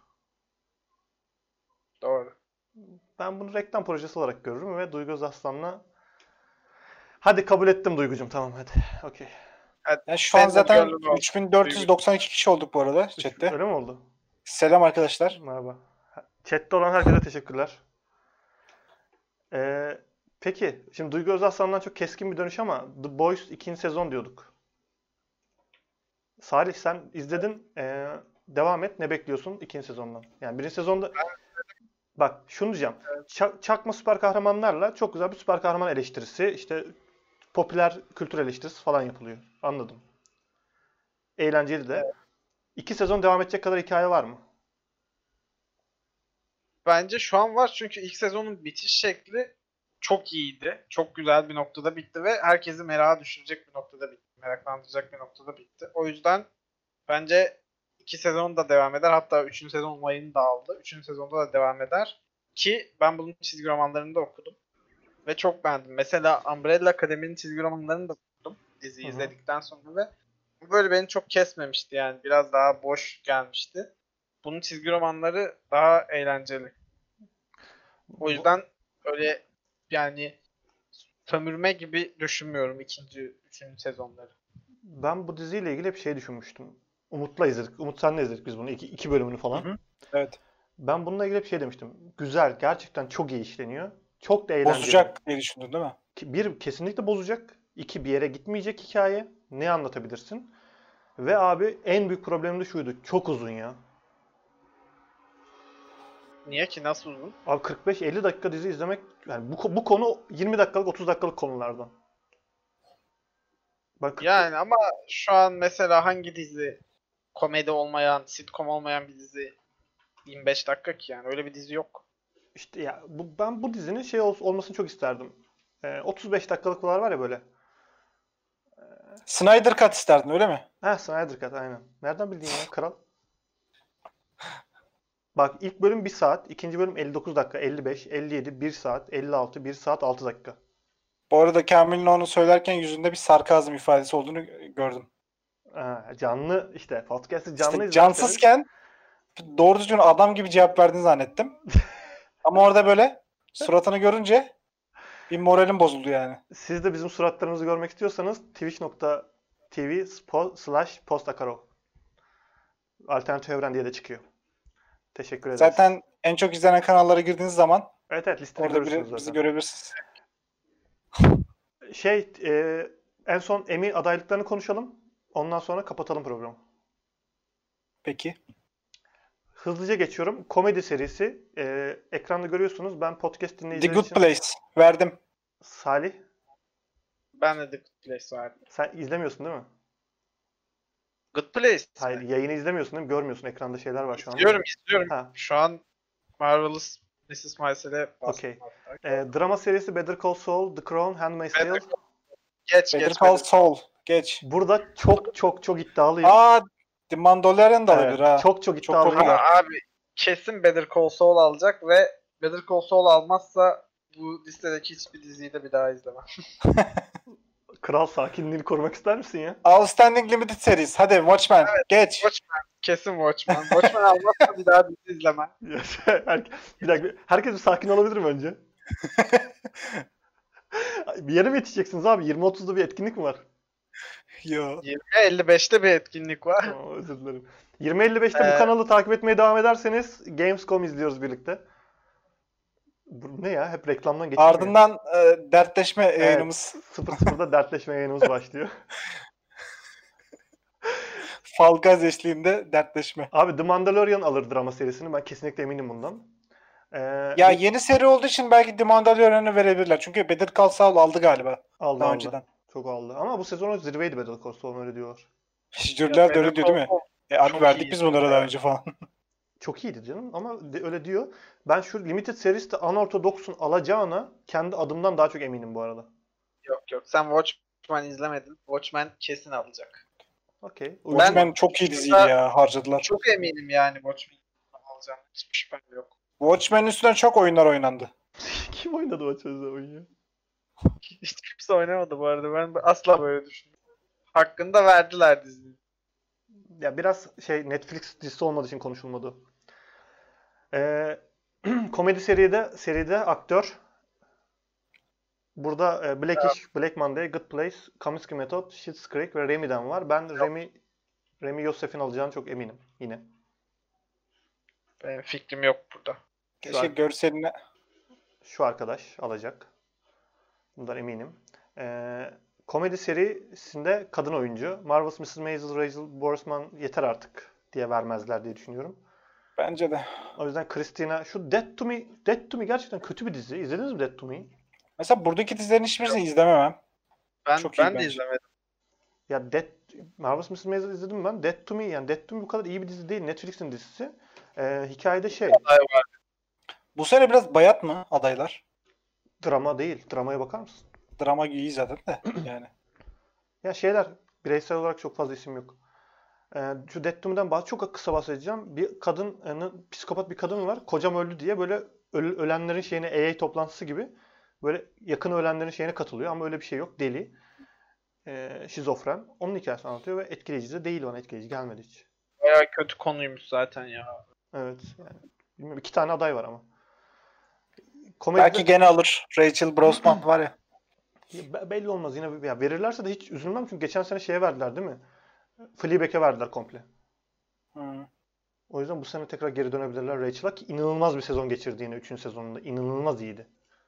[SPEAKER 3] Doğru.
[SPEAKER 1] Ben bunu reklam projesi olarak görürüm ve Duygu Özaslan'la hadi kabul ettim Duygucum, tamam hadi. Okey.
[SPEAKER 2] Yani şu an
[SPEAKER 3] Senin de
[SPEAKER 2] zaten
[SPEAKER 3] gönlün olsun.
[SPEAKER 2] üç bin dört yüz doksan iki kişi olduk bu arada chatte.
[SPEAKER 1] Öyle mi oldu?
[SPEAKER 2] Selam arkadaşlar.
[SPEAKER 1] Merhaba. Chat'te olan herkese teşekkürler. Ee, peki, şimdi Duygu Özaslan'dan çok keskin bir dönüş ama The Boys ikinci sezon diyorduk. Salih sen izledin. Ee, devam et. Ne bekliyorsun ikinci sezondan? Yani birinci sezonda... Bak şunu diyeceğim. Ça- çakma süper kahramanlarla çok güzel bir süper kahraman eleştirisi, işte popüler kültür eleştirisi falan yapılıyor. Anladım. Eğlenceli de. İki sezon devam edecek kadar hikaye var mı?
[SPEAKER 3] Bence şu an var çünkü ilk sezonun bitiş şekli çok iyiydi. Çok güzel bir noktada bitti ve herkesi merak düşürecek bir noktada bitti. Meraklandıracak bir noktada bitti. O yüzden bence iki sezon da devam eder. Hatta üçüncü sezon olayını da aldı. Üçüncü sezonda da devam eder. Ki ben bunun çizgi romanlarını da okudum. Ve çok beğendim. Mesela Umbrella Academy'nin çizgi romanlarını da okudum. Dizi
[SPEAKER 1] Hı hı.
[SPEAKER 3] izledikten sonra ve bu böyle beni çok kesmemişti yani. Biraz daha boş gelmişti. Bunun çizgi romanları daha eğlenceli. O yüzden öyle yani sömürme gibi düşünmüyorum ikinci, üçüncü sezonları.
[SPEAKER 1] Ben bu diziyle ilgili hep şey düşünmüştüm. Umut'la izledik. Umut senle izledik biz bunu. İki, iki bölümünü falan.
[SPEAKER 2] Hı hı. Evet.
[SPEAKER 1] Ben bununla ilgili hep şey demiştim. Güzel, gerçekten çok iyi işleniyor. Çok da eğlenceli.
[SPEAKER 2] Bozacak diye düşündün değil mi?
[SPEAKER 1] Ki- Bir, kesinlikle bozacak. İki, bir yere gitmeyecek hikaye. Ne anlatabilirsin? Ve abi en büyük problemim de şuydu. Çok uzun ya.
[SPEAKER 3] Niye ki? Nasıl uzun?
[SPEAKER 1] Abi kırk beş elli dakika dizi izlemek, yani bu, ko- bu konu yirmi dakikalık otuz dakikalık konulardan. Bak
[SPEAKER 3] Yani ama şu an mesela hangi dizi komedi olmayan, sitcom olmayan bir dizi yirmi beş dakika ki yani öyle bir dizi yok.
[SPEAKER 1] işte ya bu, ben bu dizinin şey ol- olmasını çok isterdim. Ee, otuz beş dakikalıklar var ya böyle.
[SPEAKER 2] Snyder Cut isterdin öyle mi?
[SPEAKER 1] Ha, Snyder Cut aynen. Nereden bildin ya kral? Bak ilk bölüm bir saat, ikinci bölüm elli dokuz dakika, elli beş, elli yedi, bir saat, elli altı, bir saat altı dakika.
[SPEAKER 2] Bu arada Kamil'in onu söylerken yüzünde bir sarkazm ifadesi olduğunu gördüm.
[SPEAKER 1] Ha, canlı işte podcast'ı canlı
[SPEAKER 2] İşte
[SPEAKER 1] izlerseniz-
[SPEAKER 2] cansızken doğru düzgün adam gibi cevap verdiğini zannettim. Ama orada böyle suratını görünce bir moralim bozuldu yani.
[SPEAKER 1] Siz de bizim suratlarımızı görmek istiyorsanız twitch nokta tv slash postakaro. Alternatif evren diye de çıkıyor. Teşekkür ederiz.
[SPEAKER 2] Zaten en çok izlenen kanallara girdiğiniz zaman
[SPEAKER 1] evet evet listede
[SPEAKER 2] orada
[SPEAKER 1] görürsünüz
[SPEAKER 2] biri, bizi
[SPEAKER 1] zaten.
[SPEAKER 2] görebilirsiniz.
[SPEAKER 1] Şey e, en son Emmy adaylıklarını konuşalım. Ondan sonra kapatalım programı.
[SPEAKER 2] Peki.
[SPEAKER 1] Hızlıca geçiyorum. Komedi serisi. E, ekranda görüyorsunuz. Ben podcast
[SPEAKER 2] The
[SPEAKER 1] dinleyiciler
[SPEAKER 2] Good
[SPEAKER 1] için...
[SPEAKER 2] Place. Verdim.
[SPEAKER 1] Salih,
[SPEAKER 3] Ben de The Good Place vardı.
[SPEAKER 1] sen izlemiyorsun değil mi?
[SPEAKER 3] Good Place.
[SPEAKER 1] Hayır, yayını izlemiyorsun değil mi? Görmüyorsun. Ekranda şeyler var şu an.
[SPEAKER 3] İzliyorum, izliyorum.
[SPEAKER 1] Ha.
[SPEAKER 3] Şu an Marvelous missus Maisel'e bastım.
[SPEAKER 1] Okey.
[SPEAKER 3] hatta.
[SPEAKER 1] E, drama serisi Better Call Saul, The Crown, Handmaid's
[SPEAKER 3] Better
[SPEAKER 1] Tale.
[SPEAKER 3] Geç
[SPEAKER 2] Better
[SPEAKER 3] geç.
[SPEAKER 2] Call
[SPEAKER 3] Better-
[SPEAKER 2] Saul. Geç.
[SPEAKER 1] Burada çok çok çok iddialıyım.
[SPEAKER 2] Aa, The Mandalorian da
[SPEAKER 1] Evet,
[SPEAKER 2] olabilir ha.
[SPEAKER 1] çok çok
[SPEAKER 2] Çok
[SPEAKER 1] iddialıyım.
[SPEAKER 2] popüler.
[SPEAKER 3] Ama abi kesin Better Call Saul alacak ve Better Call Saul almazsa bu listedeki hiçbir diziyi de bir daha izlemem.
[SPEAKER 1] Kral sakinliğini korumak ister misin ya?
[SPEAKER 2] Outstanding Limited Series. Hadi Watchmen. Geç.
[SPEAKER 3] Watchmen. Kesin Watchmen. Watchmen almazsa bir daha dizi izlemem.
[SPEAKER 1] Ya şey, her- bir dakika. Herkes bir sakin olabilir mi önce? Bir yere mi yetişeceksiniz abi? yirmi otuzda bir etkinlik mi var?
[SPEAKER 2] Yo.
[SPEAKER 3] yirmi elli beşte bir etkinlik var.
[SPEAKER 1] Aa, özür dilerim. yirmi elli beşte
[SPEAKER 3] Ee,
[SPEAKER 1] bu kanalı takip etmeye devam ederseniz Gamescom izliyoruz birlikte. Bu ne ya? Hep reklamdan geçiyor.
[SPEAKER 2] Ardından e, dertleşme
[SPEAKER 1] Evet,
[SPEAKER 2] yayınımız.
[SPEAKER 1] sıfır sıfırda dertleşme yayınımız başlıyor.
[SPEAKER 2] Fall Guys eşliğinde dertleşme.
[SPEAKER 1] Abi The Mandalorian alır drama serisini. Ben kesinlikle eminim bundan. Ee,
[SPEAKER 2] Ya
[SPEAKER 1] ve-
[SPEAKER 2] yeni seri olduğu için belki The Mandalorian'ı verebilirler. Çünkü Better Call Saul aldı galiba
[SPEAKER 1] aldı
[SPEAKER 2] daha
[SPEAKER 1] aldı.
[SPEAKER 2] önceden.
[SPEAKER 1] Çok aldı. Ama bu sezon zirveydi Better Call Saul, öyle diyorlar.
[SPEAKER 2] Jüriler de öyle diyor değil mi? E abi
[SPEAKER 3] Çok
[SPEAKER 2] verdik
[SPEAKER 3] iyi
[SPEAKER 2] biz bunlara
[SPEAKER 3] ya.
[SPEAKER 2] daha önce falan.
[SPEAKER 1] Çok iyiydi canım ama de- öyle diyor. Ben şu Limited Series'te Unorthodox'un alacağına kendi adımdan daha çok eminim bu arada.
[SPEAKER 3] Yok yok. Sen Watchmen izlemedin. Watchmen kesin alacak.
[SPEAKER 1] Okey.
[SPEAKER 2] Watchmen çok iyi diziydi ya, harcadılar.
[SPEAKER 3] Çok eminim yani Watchmen alacağım. Hiçbir şüphem yok.
[SPEAKER 2] Watchmen'in üstünden çok oyunlar oynandı.
[SPEAKER 1] Kim oynadı o çözde oyunu ya?
[SPEAKER 3] Hiç kimse oynamadı bu arada. Ben asla böyle düşünmüyorum. Hakkında verdiler diziyi.
[SPEAKER 1] Ya biraz şey, Netflix dizisi olmadığı için konuşulmadı. Ee, komedi seride seride aktör. Burada e, Blackish, Black Monday, Good Place, Kominsky Method, Schitt's Creek ve Remy'den var. Ben Remy Remy Youssef'in alacağını çok eminim yine.
[SPEAKER 3] Benim fikrim yok burada.
[SPEAKER 2] Keşke
[SPEAKER 1] an-
[SPEAKER 2] görseline...
[SPEAKER 1] Şu arkadaş alacak. Bundan eminim. Ee, komedi serisinde kadın oyuncu. Marvelous missus Maisel, Rachel Borsman yeter artık diye vermezler diye düşünüyorum.
[SPEAKER 2] Bence de.
[SPEAKER 1] O yüzden Christina, şu Dead to Me, Dead to Me gerçekten kötü bir dizi. İzlediniz mi Dead to Me'yi?
[SPEAKER 2] Mesela buradaki dizilerin hiçbirisini izlemem.
[SPEAKER 3] Ben
[SPEAKER 2] Çok iyi
[SPEAKER 3] ben de
[SPEAKER 2] bence.
[SPEAKER 3] izlemedim.
[SPEAKER 1] Ya Dead, Marvelous missus Maisel izledim ben. Dead to Me, yani Dead to Me bu kadar iyi bir dizi değil. Netflix'in dizisi. Ee, hikayede şey,
[SPEAKER 3] Aday var.
[SPEAKER 2] Bu sene biraz bayat mı adaylar?
[SPEAKER 1] drama değil. Dramaya bakar mısın?
[SPEAKER 2] Drama iyi zaten de yani.
[SPEAKER 1] Ya şeyler, bireysel olarak çok fazla isim yok. Ee, şu Dead to Me'den bahs çok kısa bahsedeceğim. Bir kadın, yani psikopat bir kadın var. Kocam öldü diye böyle öl- ölenlerin şeyine, A A toplantısı gibi böyle yakın ölenlerin şeyine katılıyor ama öyle bir şey yok. Deli. Ee, şizofren. Onun hikayesini anlatıyor ve etkileyici de değil, bana etkileyici gelmedi hiç.
[SPEAKER 3] Bayağı kötü konuymuş zaten ya.
[SPEAKER 1] Evet. Yani bilmiyorum, iki tane aday var ama. Komedide
[SPEAKER 2] Belki gene alır. Rachel Brosnahan var ya.
[SPEAKER 1] Be- belli olmaz yine, ya verirlerse de hiç üzülmem çünkü geçen sene şeye verdiler değil mi? Fleabag'e verdiler komple.
[SPEAKER 2] Hı.
[SPEAKER 1] O yüzden bu sene tekrar geri dönebilirler Rachel'a ki inanılmaz bir sezon geçirdi yine üçüncü sezonunda. İnanılmaz iyiydi.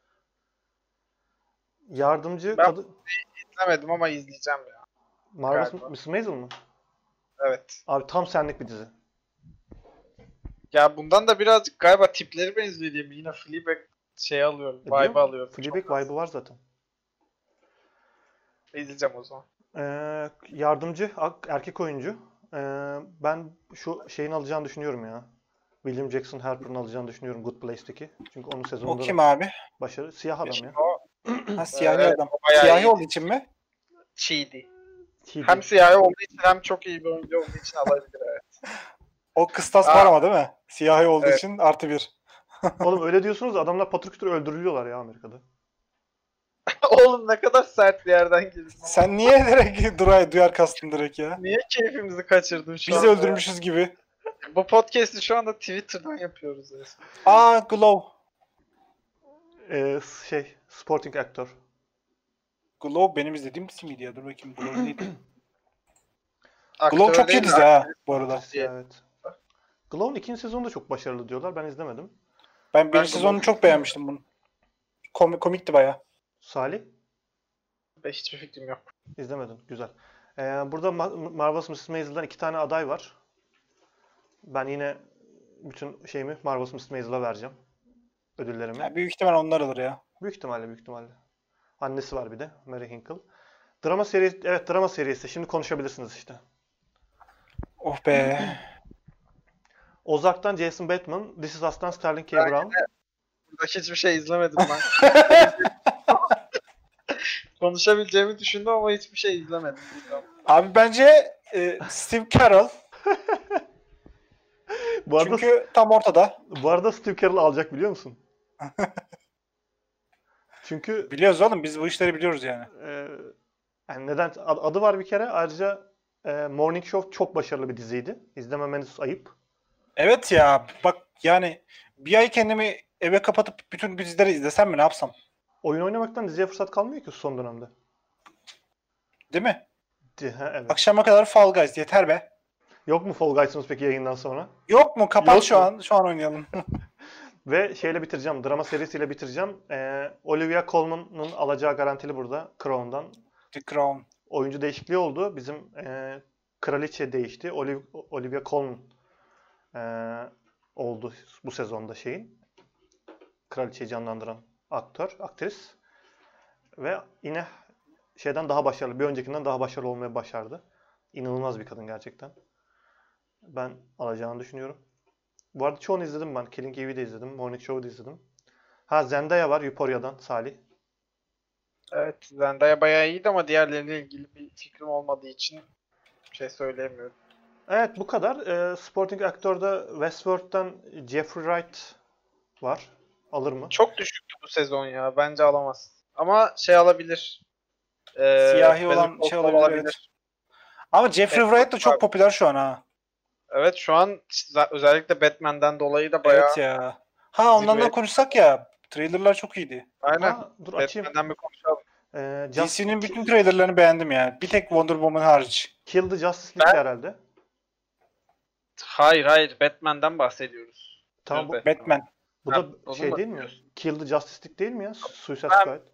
[SPEAKER 1] Yardımcı
[SPEAKER 3] Ben-
[SPEAKER 1] kadın...
[SPEAKER 3] İzlemedim ama izleyeceğim ya.
[SPEAKER 1] Marvelous
[SPEAKER 3] galiba.
[SPEAKER 1] missus Maisel mı?
[SPEAKER 3] Evet.
[SPEAKER 1] Abi tam senlik bir dizi.
[SPEAKER 3] Ya bundan da birazcık galiba tipleri benziyor diyeyim. Yine Fleabag şey alıyorum.
[SPEAKER 1] E, diyor
[SPEAKER 3] Vibe
[SPEAKER 1] mu?
[SPEAKER 3] alıyorum.
[SPEAKER 1] Fleabag
[SPEAKER 3] Çok
[SPEAKER 1] vibe'ı var zaten.
[SPEAKER 3] İzleyeceğim o zaman.
[SPEAKER 1] Ee, yardımcı ak- erkek oyuncu. Ee, ben şu şeyin alacağını düşünüyorum ya. William Jackson Harper'ın alacağını düşünüyorum Good Place'teki. Çünkü onun
[SPEAKER 2] O
[SPEAKER 1] sezonunda
[SPEAKER 2] kim
[SPEAKER 1] da
[SPEAKER 2] abi?
[SPEAKER 1] başarı. Siyah adam ya.
[SPEAKER 3] O
[SPEAKER 2] Ha, siyahi
[SPEAKER 3] Evet,
[SPEAKER 2] adam.
[SPEAKER 3] o bayağı
[SPEAKER 2] Siyahi
[SPEAKER 3] iyi.
[SPEAKER 2] olduğu için mi?
[SPEAKER 3] çiğdi.
[SPEAKER 1] T V.
[SPEAKER 3] Hem siyahi olduğu için hem çok iyi bir oyuncu olduğu için alabilir evet.
[SPEAKER 2] O kıstas
[SPEAKER 3] Aa.
[SPEAKER 2] var ama değil mi? Siyahi olduğu
[SPEAKER 3] Evet.
[SPEAKER 2] için artı bir.
[SPEAKER 1] Oğlum öyle diyorsunuz da adamlar patır kütür öldürülüyorlar ya Amerika'da.
[SPEAKER 3] Oğlum ne kadar sert bir yerden girdin.
[SPEAKER 2] Sen niye direkt Duray duyar kastın direkt ya?
[SPEAKER 3] Niye keyfimizi kaçırdın şu
[SPEAKER 2] Bizi
[SPEAKER 3] anda?
[SPEAKER 2] öldürmüşüz gibi.
[SPEAKER 3] Bu podcast'i şu anda Twitter'dan yapıyoruz resmen.
[SPEAKER 2] Aa, Glow.
[SPEAKER 1] Ee, şey, sporting aktör.
[SPEAKER 2] Glow benim izlediğim dizi miydi ya? Dur bakayım, Glow neydi?
[SPEAKER 3] Aktör
[SPEAKER 2] Glow çok
[SPEAKER 3] değil
[SPEAKER 2] iyi
[SPEAKER 3] mi?
[SPEAKER 2] dizi ha bu arada.
[SPEAKER 1] Aktris, evet. Glow'un ikinci sezonu da çok başarılı diyorlar. Ben izlemedim.
[SPEAKER 2] Ben birinci
[SPEAKER 3] Ben
[SPEAKER 2] sezonunu
[SPEAKER 3] Glow-
[SPEAKER 2] çok beğenmiştim bunun. Kom komikti baya.
[SPEAKER 1] Salih?
[SPEAKER 3] Ben hiçbir fikrim yok.
[SPEAKER 1] İzlemedin. Güzel. Ee, burada Ma- Marvelous missus Maisel'dan iki tane aday var. Ben yine bütün şeyimi Marvelous missus Maisel'a vereceğim. Ödüllerimi.
[SPEAKER 2] Ya büyük ihtimal onlar alır ya.
[SPEAKER 1] Büyük ihtimalle, büyük ihtimalle. Annesi var bir de. Mary Hinkle. Drama serisi, evet drama serisi. Şimdi konuşabilirsiniz işte.
[SPEAKER 2] Oh be.
[SPEAKER 1] Ozark'tan Jason Bateman, This Is Us'tan Sterling K.
[SPEAKER 3] Ben
[SPEAKER 1] Brown.
[SPEAKER 3] Burada hiçbir şey izlemedim ben. konuşabileceğimi düşündüm ama hiçbir şey izlemedim.
[SPEAKER 2] Abi bence e, Steve Carell.
[SPEAKER 1] Bu arada,
[SPEAKER 2] Çünkü tam ortada.
[SPEAKER 1] bu arada Steve Carell alacak biliyor musun? Çünkü
[SPEAKER 2] Biliyoruz oğlum, biz bu işleri biliyoruz yani.
[SPEAKER 1] e, yani neden ad- adı var bir kere. Ayrıca e, Morning Show çok başarılı bir diziydi. İzlememeniz ayıp.
[SPEAKER 2] Evet ya, bak yani bir ay kendimi eve kapatıp bütün dizileri izlesem mi, ne yapsam?
[SPEAKER 1] Oyun oynamaktan diziye fırsat kalmıyor ki son dönemde.
[SPEAKER 2] Değil mi?
[SPEAKER 1] Di- ha, evet.
[SPEAKER 2] Akşama kadar Fall Guys yeter be.
[SPEAKER 1] Yok mu Fall Guys'ımız peki yayından sonra?
[SPEAKER 2] Yok mu? Kapat
[SPEAKER 1] Yok
[SPEAKER 2] şu
[SPEAKER 1] mu?
[SPEAKER 2] an. Şu an oynayalım.
[SPEAKER 1] Ve şeyle bitireceğim. Drama serisiyle bitireceğim. Ee, Olivia Colman'ın alacağı garantili burada. Crown'dan.
[SPEAKER 2] The Crown.
[SPEAKER 1] Oyuncu değişikliği oldu. Bizim e, kraliçe değişti. Oliv- Olivia Colman e, oldu bu sezonda şeyin. Kraliçeyi canlandıran aktör, aktris. Ve yine şeyden daha başarılı, bir öncekinden daha başarılı olmayı başardı. İnanılmaz bir kadın gerçekten. Ben alacağını düşünüyorum. Bu arada çoğunu izledim ben. Killing Eve'i de izledim. Morning Show'u da izledim. Ha, Zendaya var Euphoria'dan, Salih.
[SPEAKER 3] Evet, Zendaya bayağı iyiydi ama diğerleriyle ilgili bir fikrim olmadığı için bir şey söyleyemiyorum.
[SPEAKER 1] Evet, bu kadar. Ee, Supporting Actor'da Westworld'dan Jeffrey Wright var. Alır mı?
[SPEAKER 3] Çok düşüktü bu sezon ya. Bence alamaz. Ama şey alabilir. Ee,
[SPEAKER 2] Siyahi
[SPEAKER 3] Better
[SPEAKER 2] olan
[SPEAKER 3] Call
[SPEAKER 2] şey
[SPEAKER 3] Saul
[SPEAKER 2] olabilir, evet. Ama Jeffrey
[SPEAKER 3] Evet,
[SPEAKER 2] Wright da çok
[SPEAKER 3] abi.
[SPEAKER 2] popüler şu an ha.
[SPEAKER 3] Evet, şu an z- özellikle Batman'den dolayı da bayağı...
[SPEAKER 2] Evet ya. Ha, ondan da
[SPEAKER 3] Zirve.
[SPEAKER 2] konuşsak ya. Trailerlar çok iyiydi.
[SPEAKER 3] Aynen.
[SPEAKER 1] Ha, dur açayım.
[SPEAKER 3] Batman'den bir konuşalım.
[SPEAKER 1] Ee,
[SPEAKER 2] D
[SPEAKER 1] Just-
[SPEAKER 2] C'nin bütün trailerlarını beğendim yani. Bir tek Wonder Woman hariç.
[SPEAKER 1] Kill the Justice League herhalde.
[SPEAKER 3] Hayır hayır, Batman'den bahsediyoruz.
[SPEAKER 1] Tamam, bu,
[SPEAKER 3] Sözde.
[SPEAKER 2] Batman.
[SPEAKER 1] bu
[SPEAKER 3] Ha,
[SPEAKER 1] da
[SPEAKER 3] onu
[SPEAKER 1] şey
[SPEAKER 3] mu
[SPEAKER 1] değil mi?
[SPEAKER 3] diyorsun?
[SPEAKER 1] Kill the Justice League değil mi ya? Suicide
[SPEAKER 3] Ben-
[SPEAKER 1] Squad.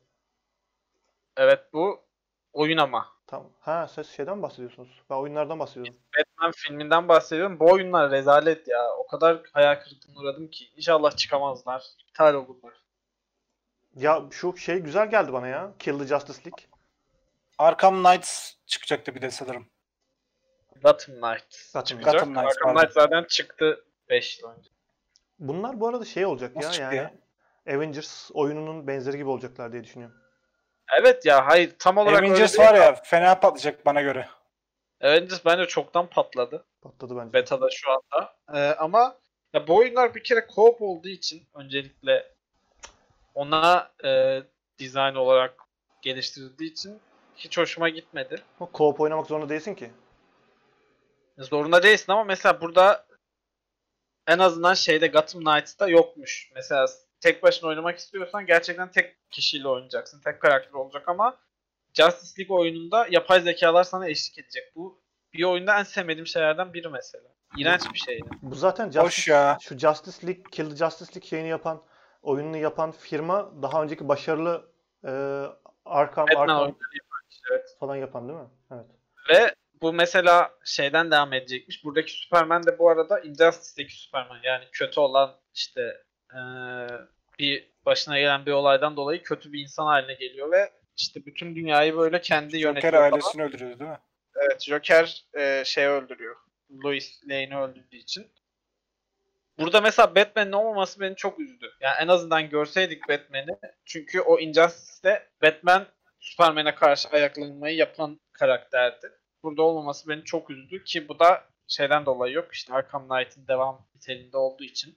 [SPEAKER 3] Evet, bu oyun ama.
[SPEAKER 1] Tamam. Ha, siz şeyden bahsediyorsunuz. Ben oyunlardan bahsediyorum.
[SPEAKER 3] Batman filminden bahsediyorum. Bu oyunlar rezalet ya. O kadar hayal kırıklığına uğradım ki. İnşallah çıkamazlar. İptal olurlar.
[SPEAKER 1] Ya şu şey güzel geldi bana ya. Kill the Justice League.
[SPEAKER 2] Arkham Knights çıkacaktı bir de sanırım.
[SPEAKER 3] Gotham Knights
[SPEAKER 1] Gotham
[SPEAKER 3] çıkacak.
[SPEAKER 2] Gotham Knights,
[SPEAKER 3] Arkham
[SPEAKER 2] pardon.
[SPEAKER 3] Knight zaten çıktı beş yıl önce.
[SPEAKER 1] Bunlar bu arada şey olacak
[SPEAKER 2] Nasıl
[SPEAKER 1] ya
[SPEAKER 2] çıktı
[SPEAKER 1] yani. Avengers oyununun benzeri gibi olacaklar diye düşünüyorum.
[SPEAKER 3] Evet ya, hayır tam olarak
[SPEAKER 2] Avengers
[SPEAKER 3] öyle
[SPEAKER 2] var
[SPEAKER 3] değil.
[SPEAKER 2] ya, fena patlayacak bana göre.
[SPEAKER 3] Avengers bence çoktan patladı.
[SPEAKER 1] Patladı bence.
[SPEAKER 3] Beta'da şu anda. Ee, ama ya bu oyunlar bir kere co-op olduğu için öncelikle ona e, dizayn olarak geliştirildiği için hiç hoşuma gitmedi.
[SPEAKER 1] Ama co-op oynamak zorunda değilsin ki.
[SPEAKER 3] Zorunda değilsin ama mesela burada en azından şeyde Gotham Knights'ta yokmuş. Mesela tek başına oynamak istiyorsan gerçekten tek kişiyle oynayacaksın. Tek karakter olacak ama Justice League oyununda yapay zekalar sana eşlik edecek. Bu bir oyunda en sevmediğim şeylerden biri mesela. İğrenç bir şey. Yani.
[SPEAKER 1] Bu zaten
[SPEAKER 2] Hoş
[SPEAKER 1] Justice,
[SPEAKER 2] ya.
[SPEAKER 1] şu Justice League, Kill the Justice League şeyini yapan, oyununu yapan firma daha önceki başarılı e, Arkham,
[SPEAKER 3] Batman
[SPEAKER 1] Arkham
[SPEAKER 3] oyunları yapan kişi, evet.
[SPEAKER 1] falan yapan değil mi? Evet.
[SPEAKER 3] Ve bu mesela şeyden devam edecekmiş. Buradaki Superman de bu arada Injustice'deki Superman. Yani kötü olan işte eee, bir başına gelen bir olaydan dolayı kötü bir insan haline geliyor ve işte bütün dünyayı böyle kendi
[SPEAKER 2] Joker
[SPEAKER 3] yönetiyor falan.
[SPEAKER 2] ailesini öldürüyordu değil mi?
[SPEAKER 3] Evet, Joker e, şey öldürüyor. Lois Lane'i öldürdüğü için. Burada mesela Batman'in olmaması beni çok üzdü. Yani en azından görseydik Batman'i. Çünkü o Injustice'de Batman Superman'e karşı ayaklanmayı yapan karakterdi. Burada olmaması beni çok üzdü ki bu da şeyden dolayı yok. İşte Arkham Knight'in devam niteliğinde olduğu için.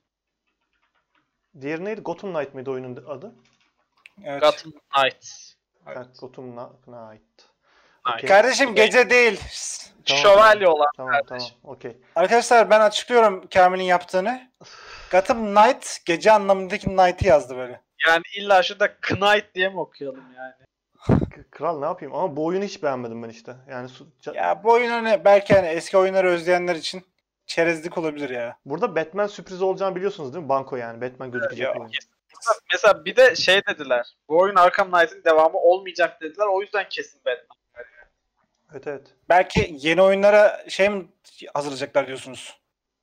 [SPEAKER 1] Diğeri neydi? Gotham Knight mıydı oyunun adı?
[SPEAKER 2] Evet.
[SPEAKER 3] Gotham Knights. Evet.
[SPEAKER 1] Evet, Gotham Na- Knight.
[SPEAKER 3] Knight.
[SPEAKER 1] Okey.
[SPEAKER 2] Kardeşim gece değil.
[SPEAKER 1] Tamam,
[SPEAKER 3] Şövalye olan
[SPEAKER 1] Tamam,
[SPEAKER 3] kardeşim.
[SPEAKER 1] tamam. Okey.
[SPEAKER 2] Arkadaşlar ben açıklıyorum Kamil'in yaptığını. Gotham Knight gece anlamındaki Knight'ı yazdı böyle.
[SPEAKER 3] Yani illa şurada Knight diye mi okuyalım yani?
[SPEAKER 1] K- Kral ne yapayım? Ama bu oyunu hiç beğenmedim ben işte. Yani su- ca-
[SPEAKER 2] Ya bu oyun hani belki hani eski oyunları özleyenler için çerezlik olabilir ya.
[SPEAKER 1] burada Batman sürprizi olacağını biliyorsunuz değil mi? Banko yani. Batman gözükecek
[SPEAKER 2] Ya,
[SPEAKER 1] oyun.
[SPEAKER 3] Mesela, mesela bir de şey dediler. Bu oyun Arkham Knight'in devamı olmayacak dediler. O yüzden kesin Batman.
[SPEAKER 1] Evet, evet.
[SPEAKER 2] Belki yeni oyunlara şey mi hazırlayacaklar diyorsunuz?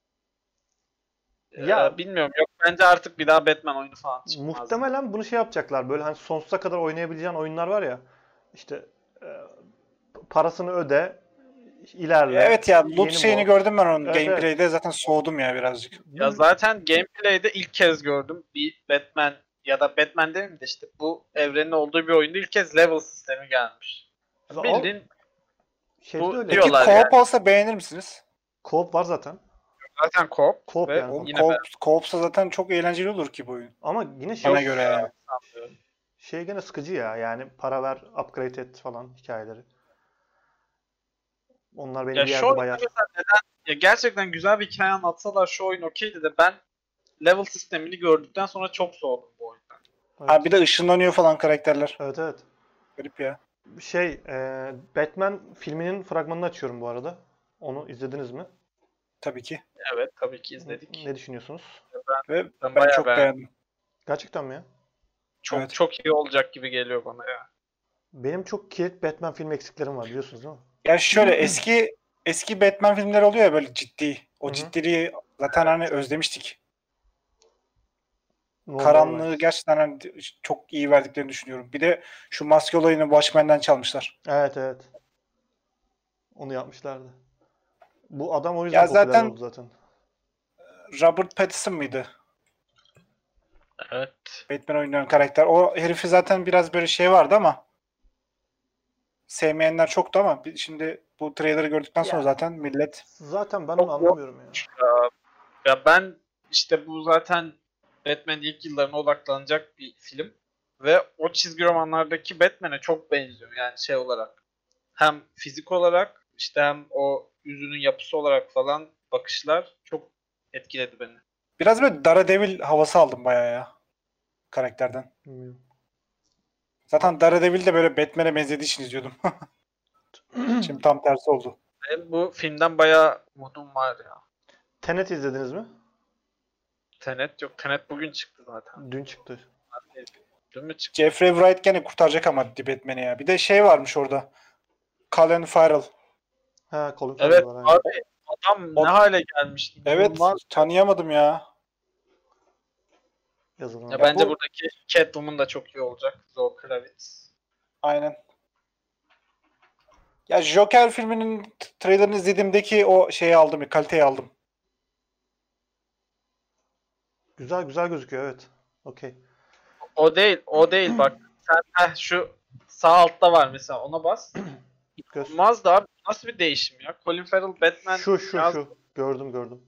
[SPEAKER 1] Ya-
[SPEAKER 3] Ya bilmiyorum. Yok bence artık bir daha Batman oyunu falan çıkmaz.
[SPEAKER 1] Muhtemelen bunu şey yapacaklar. Böyle hani sonsuza kadar oynayabileceğin oyunlar var ya. İşte e, parasını öde, ilerle.
[SPEAKER 2] Evet ya, loot
[SPEAKER 1] yeni
[SPEAKER 2] şeyini
[SPEAKER 1] mod.
[SPEAKER 2] gördüm ben onun
[SPEAKER 1] Evet, evet.
[SPEAKER 2] gameplay'de, zaten soğudum ya birazcık.
[SPEAKER 3] Ya zaten gameplay'de ilk kez gördüm bir Batman ya da Batman değil mi de işte bu evrenin olduğu bir oyunda ilk kez level sistemi gelmiş.
[SPEAKER 1] O
[SPEAKER 3] Bildiğin
[SPEAKER 1] şeyde
[SPEAKER 3] bu
[SPEAKER 1] de öyle.
[SPEAKER 2] Peki
[SPEAKER 3] diyorlar
[SPEAKER 2] co-op
[SPEAKER 3] yani.
[SPEAKER 2] olsa beğenir misiniz?
[SPEAKER 1] Co-op var zaten.
[SPEAKER 3] Zaten co-op
[SPEAKER 1] Co-op
[SPEAKER 3] ve
[SPEAKER 1] yani.
[SPEAKER 2] Oğlum
[SPEAKER 3] yine
[SPEAKER 2] co-op,
[SPEAKER 3] ben
[SPEAKER 2] co-op'sa zaten çok eğlenceli olur ki bu oyun.
[SPEAKER 1] Ama yine
[SPEAKER 2] Bana
[SPEAKER 1] şey,
[SPEAKER 2] göre yani.
[SPEAKER 3] sanmıyorum.
[SPEAKER 1] şey gene sıkıcı ya. Yani para ver, upgrade et falan hikayeleri. Onlar beni
[SPEAKER 3] Ya
[SPEAKER 1] bir
[SPEAKER 3] şu
[SPEAKER 1] yerde
[SPEAKER 3] oyunda
[SPEAKER 1] bayar.
[SPEAKER 3] mesela neden ya gerçekten güzel bir hikaye anlatsalar şu oyun okeydi de ben level sistemini gördükten sonra çok soğudum bu oyundan.
[SPEAKER 1] Evet.
[SPEAKER 2] Ha bir de ışınlanıyor falan karakterler.
[SPEAKER 1] Evet evet.
[SPEAKER 2] Garip ya.
[SPEAKER 1] Şey, e, Batman filminin fragmanını açıyorum bu arada. Onu izlediniz mi?
[SPEAKER 2] Tabii ki.
[SPEAKER 3] Evet tabii ki izledik.
[SPEAKER 1] Ne düşünüyorsunuz?
[SPEAKER 3] Ben,
[SPEAKER 2] Ve
[SPEAKER 3] ben
[SPEAKER 2] ben
[SPEAKER 3] bayağı
[SPEAKER 2] çok
[SPEAKER 3] beğendim.
[SPEAKER 2] beğendim.
[SPEAKER 1] Gerçekten mi ya?
[SPEAKER 3] Çok
[SPEAKER 2] Evet.
[SPEAKER 3] çok iyi olacak gibi geliyor bana ya.
[SPEAKER 1] Benim çok kilit Batman film eksiklerim var biliyorsunuz değil mi?
[SPEAKER 2] Ya şöyle eski eski Batman filmleri oluyor ya böyle ciddi. O
[SPEAKER 1] Hı hı.
[SPEAKER 2] ciddiliği zaten hani özlemiştik.
[SPEAKER 1] Nolan
[SPEAKER 2] Karanlığı
[SPEAKER 1] Rises.
[SPEAKER 2] gerçekten hani çok iyi verdiklerini düşünüyorum. Bir de şu maske olayını Watchmen'den çalmışlar.
[SPEAKER 1] Evet evet. Onu yapmışlardı. Bu adam o yüzden
[SPEAKER 2] Ya
[SPEAKER 1] popüler
[SPEAKER 2] zaten
[SPEAKER 1] oldu zaten.
[SPEAKER 2] Robert Pattinson mıydı?
[SPEAKER 3] Evet.
[SPEAKER 2] Batman oynayan karakter. O herifi zaten biraz böyle şey vardı ama sevmeyenler çoktu ama bir- şimdi bu trailer'ı gördükten sonra
[SPEAKER 1] Ya
[SPEAKER 2] zaten millet
[SPEAKER 1] zaten ben onu
[SPEAKER 3] Çok
[SPEAKER 1] anlamıyorum ya.
[SPEAKER 3] Ya, ya ben işte bu zaten Batman'in ilk yıllarına odaklanacak bir film ve o çizgi romanlardaki Batman'e çok benziyor yani şey olarak. Hem fizik olarak işte hem o yüzünün yapısı olarak falan bakışlar çok etkiledi beni.
[SPEAKER 2] biraz böyle Daredevil havası aldım bayağı ya karakterden.
[SPEAKER 1] Bilmiyorum.
[SPEAKER 2] Zaten Daredevil de böyle Batman'e benzediği için izliyordum. Şimdi tam tersi oldu.
[SPEAKER 3] Benim bu filmden bayağı umudum var ya.
[SPEAKER 1] Tenet izlediniz mi?
[SPEAKER 3] Tenet yok. Tenet bugün çıktı zaten.
[SPEAKER 1] Dün çıktı.
[SPEAKER 3] Dün mü çıktı?
[SPEAKER 2] Jeffrey Wright gene kurtaracak ama Batman'i ya. Bir de şey varmış orada. Colin Farrell.
[SPEAKER 1] Ha, Colin
[SPEAKER 3] Evet
[SPEAKER 1] Farrell var aynen.
[SPEAKER 3] abi adam
[SPEAKER 2] O-
[SPEAKER 3] ne hale gelmiş.
[SPEAKER 2] Evet,
[SPEAKER 3] İnanılmaz.
[SPEAKER 2] tanıyamadım ya.
[SPEAKER 1] Yazılan.
[SPEAKER 3] Ya
[SPEAKER 2] Ya
[SPEAKER 3] bence
[SPEAKER 2] bu-
[SPEAKER 3] buradaki Catwoman da çok iyi olacak. Zoe Kravitz.
[SPEAKER 2] Aynen. Ya Joker filminin t- trailerını izlediğimdeki o şeyi aldım, kaliteyi aldım.
[SPEAKER 1] Güzel güzel gözüküyor evet. Okey.
[SPEAKER 3] O değil, o değil bak. Sen heh, şu sağ altta var mesela ona bas.
[SPEAKER 1] Göz.
[SPEAKER 3] Olmaz da abi nasıl bir değişim ya? Colin Farrell Batman
[SPEAKER 1] Şu şu
[SPEAKER 3] yaz-
[SPEAKER 1] şu. Gördüm gördüm.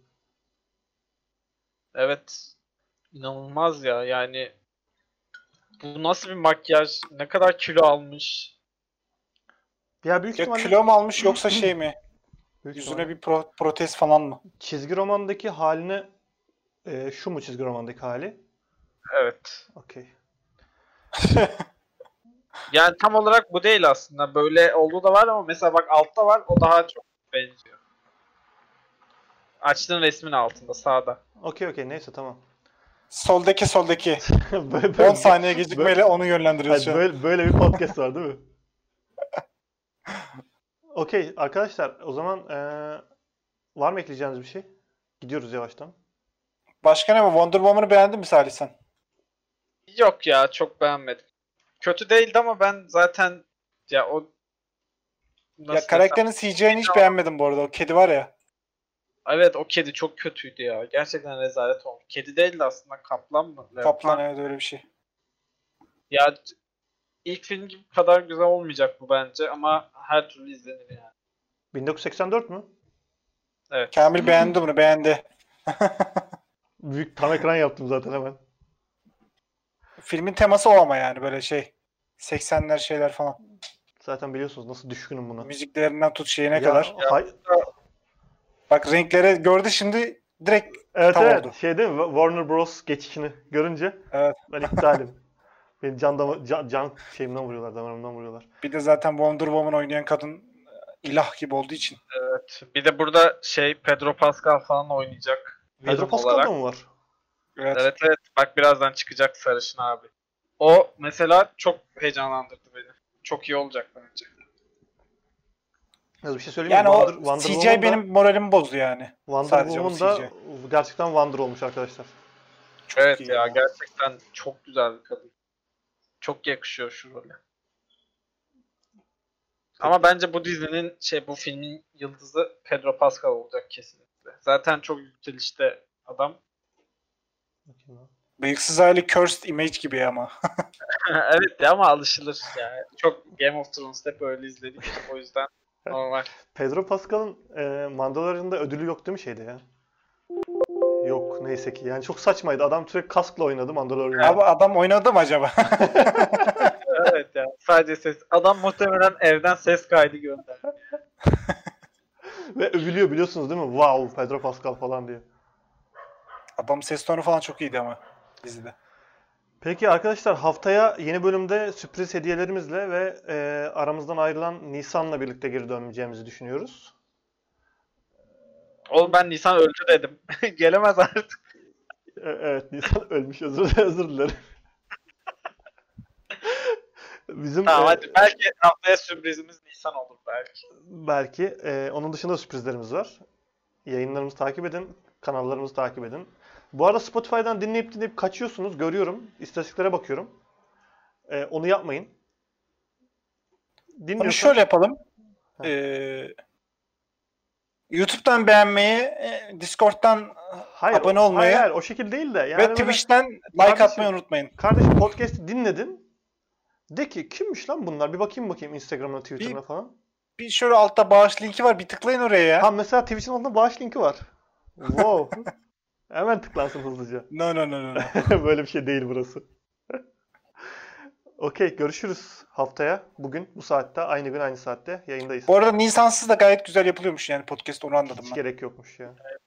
[SPEAKER 3] Evet. İnanılmaz ya yani. Bu nasıl bir makyaj? Ne kadar kilo almış?
[SPEAKER 1] Ya büyük
[SPEAKER 2] Ya
[SPEAKER 1] ihtimalle
[SPEAKER 2] kilo mu almış yoksa şey mi?
[SPEAKER 1] büyük
[SPEAKER 2] Yüzüne
[SPEAKER 1] ihtimalle
[SPEAKER 2] bir pro- protez falan mı?
[SPEAKER 1] çizgi romandaki haline e, şu mu çizgi romandaki hali?
[SPEAKER 3] Evet.
[SPEAKER 1] Okey.
[SPEAKER 3] Yani tam olarak bu değil aslında. Böyle olduğu da var ama mesela bak altta var o daha çok benziyor. Açtığın resmin altında sağda.
[SPEAKER 1] Okey okey neyse tamam.
[SPEAKER 2] Soldaki soldaki.
[SPEAKER 1] Böyle,
[SPEAKER 2] on saniye gecikmeyle onu yönlendiriyoruz
[SPEAKER 1] Hayır,
[SPEAKER 2] şu an.
[SPEAKER 1] böyle, böyle bir podcast var değil mi? Okey arkadaşlar o zaman eee, var mı ekleyeceğiniz bir şey? Gidiyoruz yavaştan.
[SPEAKER 2] Başka ne var? Wonder Woman'ı beğendin mi Salih sen?
[SPEAKER 3] Yok ya çok beğenmedim. Kötü değildi ama ben zaten ya o nasıl
[SPEAKER 2] Ya
[SPEAKER 3] desem.
[SPEAKER 2] karakterin C G I'ni hiç beğenmedim bu arada. O kedi var ya.
[SPEAKER 3] Evet o kedi çok kötüydü ya. Gerçekten rezalet olmuş. Kedi değildi aslında kaplan mı?
[SPEAKER 2] Kaplan
[SPEAKER 3] Leopar.
[SPEAKER 2] evet öyle bir şey.
[SPEAKER 3] Ya ilk film gibi kadar güzel olmayacak bu bence ama her türlü izlenir yani.
[SPEAKER 1] bin dokuz yüz seksen dört mü?
[SPEAKER 3] Evet.
[SPEAKER 2] Kamil beğendi bunu beğendi.
[SPEAKER 1] Büyük tam ekran yaptım zaten hemen.
[SPEAKER 2] Filmin teması o ama yani böyle şey. seksenler şeyler falan.
[SPEAKER 1] Zaten biliyorsunuz nasıl düşkünüm buna.
[SPEAKER 2] Müziklerinden tut şeyine
[SPEAKER 1] Ya,
[SPEAKER 2] kadar.
[SPEAKER 1] hay-
[SPEAKER 2] Bak renkleri gördü şimdi direkt
[SPEAKER 1] evet
[SPEAKER 2] tam
[SPEAKER 1] evet
[SPEAKER 2] oldu.
[SPEAKER 1] şey değil mi? Warner Bros geçişini görünce
[SPEAKER 2] Evet.
[SPEAKER 1] ben iptalim. Beni can, dama- can, can şeyimden vuruyorlar, damarımdan vuruyorlar.
[SPEAKER 2] Bir de zaten Wonder Woman oynayan kadın ilah gibi olduğu için.
[SPEAKER 3] Evet. Bir de burada şey Pedro Pascal falan oynayacak.
[SPEAKER 1] Pedro
[SPEAKER 3] villain
[SPEAKER 1] Pascal
[SPEAKER 3] olarak.
[SPEAKER 1] da mı var?
[SPEAKER 2] Evet.
[SPEAKER 3] Evet evet. Bak birazdan çıkacak sarışın abi. O mesela çok heyecanlandırdı beni. Çok iyi olacak bence.
[SPEAKER 1] Ya bir şey söyleyeyim
[SPEAKER 2] Yani
[SPEAKER 1] mi?
[SPEAKER 2] o
[SPEAKER 1] Wonder, Wonder
[SPEAKER 2] C G
[SPEAKER 1] Woman
[SPEAKER 2] I
[SPEAKER 1] da,
[SPEAKER 2] benim moralimi bozdu yani.
[SPEAKER 1] Wonder
[SPEAKER 2] Sadece o
[SPEAKER 1] Woman da
[SPEAKER 2] C G I.
[SPEAKER 1] gerçekten Wonder olmuş arkadaşlar.
[SPEAKER 2] Çok
[SPEAKER 3] Evet
[SPEAKER 2] iyi
[SPEAKER 3] ya
[SPEAKER 2] ya.
[SPEAKER 3] gerçekten çok güzel bir kadın. Çok yakışıyor şu role. Ama bence bu dizinin şey bu filmin yıldızı Pedro Pascal olacak kesinlikle. Zaten çok yükselişte adam.
[SPEAKER 1] Bakayım lan.
[SPEAKER 2] Bıyıksız hali cursed image gibi ama.
[SPEAKER 3] Evet ya ama alışılır yani. Çok Game of Thrones'ta hep öyle izledik. O yüzden normal.
[SPEAKER 1] Pedro Pascal'ın e, Mandalorian'da ödülü yok değil mi şeyde ya? Yok neyse ki. Yani çok saçmaydı. Adam sürekli kaskla oynadı Mandalorian'da.
[SPEAKER 2] Abi adam oynadı mı acaba?
[SPEAKER 3] Evet ya. Sadece ses. Adam muhtemelen evden ses kaydı gönderdi.
[SPEAKER 1] Ve övülüyor biliyorsunuz değil mi? Wow Pedro Pascal falan diye.
[SPEAKER 2] Adam ses tonu falan çok iyiydi ama dizide.
[SPEAKER 1] Peki arkadaşlar haftaya yeni bölümde sürpriz hediyelerimizle ve e, aramızdan ayrılan Nisan'la birlikte geri döneceğimizi düşünüyoruz.
[SPEAKER 3] Oğlum ben Nisan öldü dedim. Gelemez artık.
[SPEAKER 1] E, evet Nisan ölmüş özür, özür dilerim. Bizim
[SPEAKER 3] Tamam
[SPEAKER 1] e,
[SPEAKER 3] hadi. Belki haftaya sürprizimiz Nisan olur belki.
[SPEAKER 1] belki e, onun dışında da sürprizlerimiz var. Yayınlarımızı takip edin, kanallarımızı takip edin. Bu arada Spotify'dan dinleyip dinleyip kaçıyorsunuz görüyorum. İstatistiklere bakıyorum. E, onu yapmayın.
[SPEAKER 2] Onu
[SPEAKER 1] Dinliyorsanız
[SPEAKER 2] şöyle yapalım. Ee, YouTube'dan beğenmeyi, e, Discord'dan
[SPEAKER 1] hayır,
[SPEAKER 2] abone
[SPEAKER 1] o-
[SPEAKER 2] olmayı
[SPEAKER 1] hayır, hayır, o şekilde değil de yani
[SPEAKER 2] ve
[SPEAKER 1] böyle-
[SPEAKER 2] Twitch'ten like
[SPEAKER 1] Kardeşim-
[SPEAKER 2] atmayı unutmayın.
[SPEAKER 1] Kardeşim podcast'i dinledin. De ki kimmiş lan bunlar? Bir bakayım bakayım Instagram'ına, Twitter'ına
[SPEAKER 2] Bir-
[SPEAKER 1] falan.
[SPEAKER 2] Bir şöyle altta bağış linki var. Bir tıklayın oraya ya.
[SPEAKER 1] Ha mesela Twitch'in altında bağış linki var. Wow. Hemen tıklansın hızlıca.
[SPEAKER 2] No no no no. no.
[SPEAKER 1] Böyle bir şey değil burası. Okey, görüşürüz haftaya. Bugün bu saatte, aynı gün aynı saatte yayındayız.
[SPEAKER 2] Bu arada Nisansız da gayet güzel yapılıyormuş yani podcast, onu anladım
[SPEAKER 1] Hiç
[SPEAKER 2] ben.
[SPEAKER 1] gerek yokmuş ya.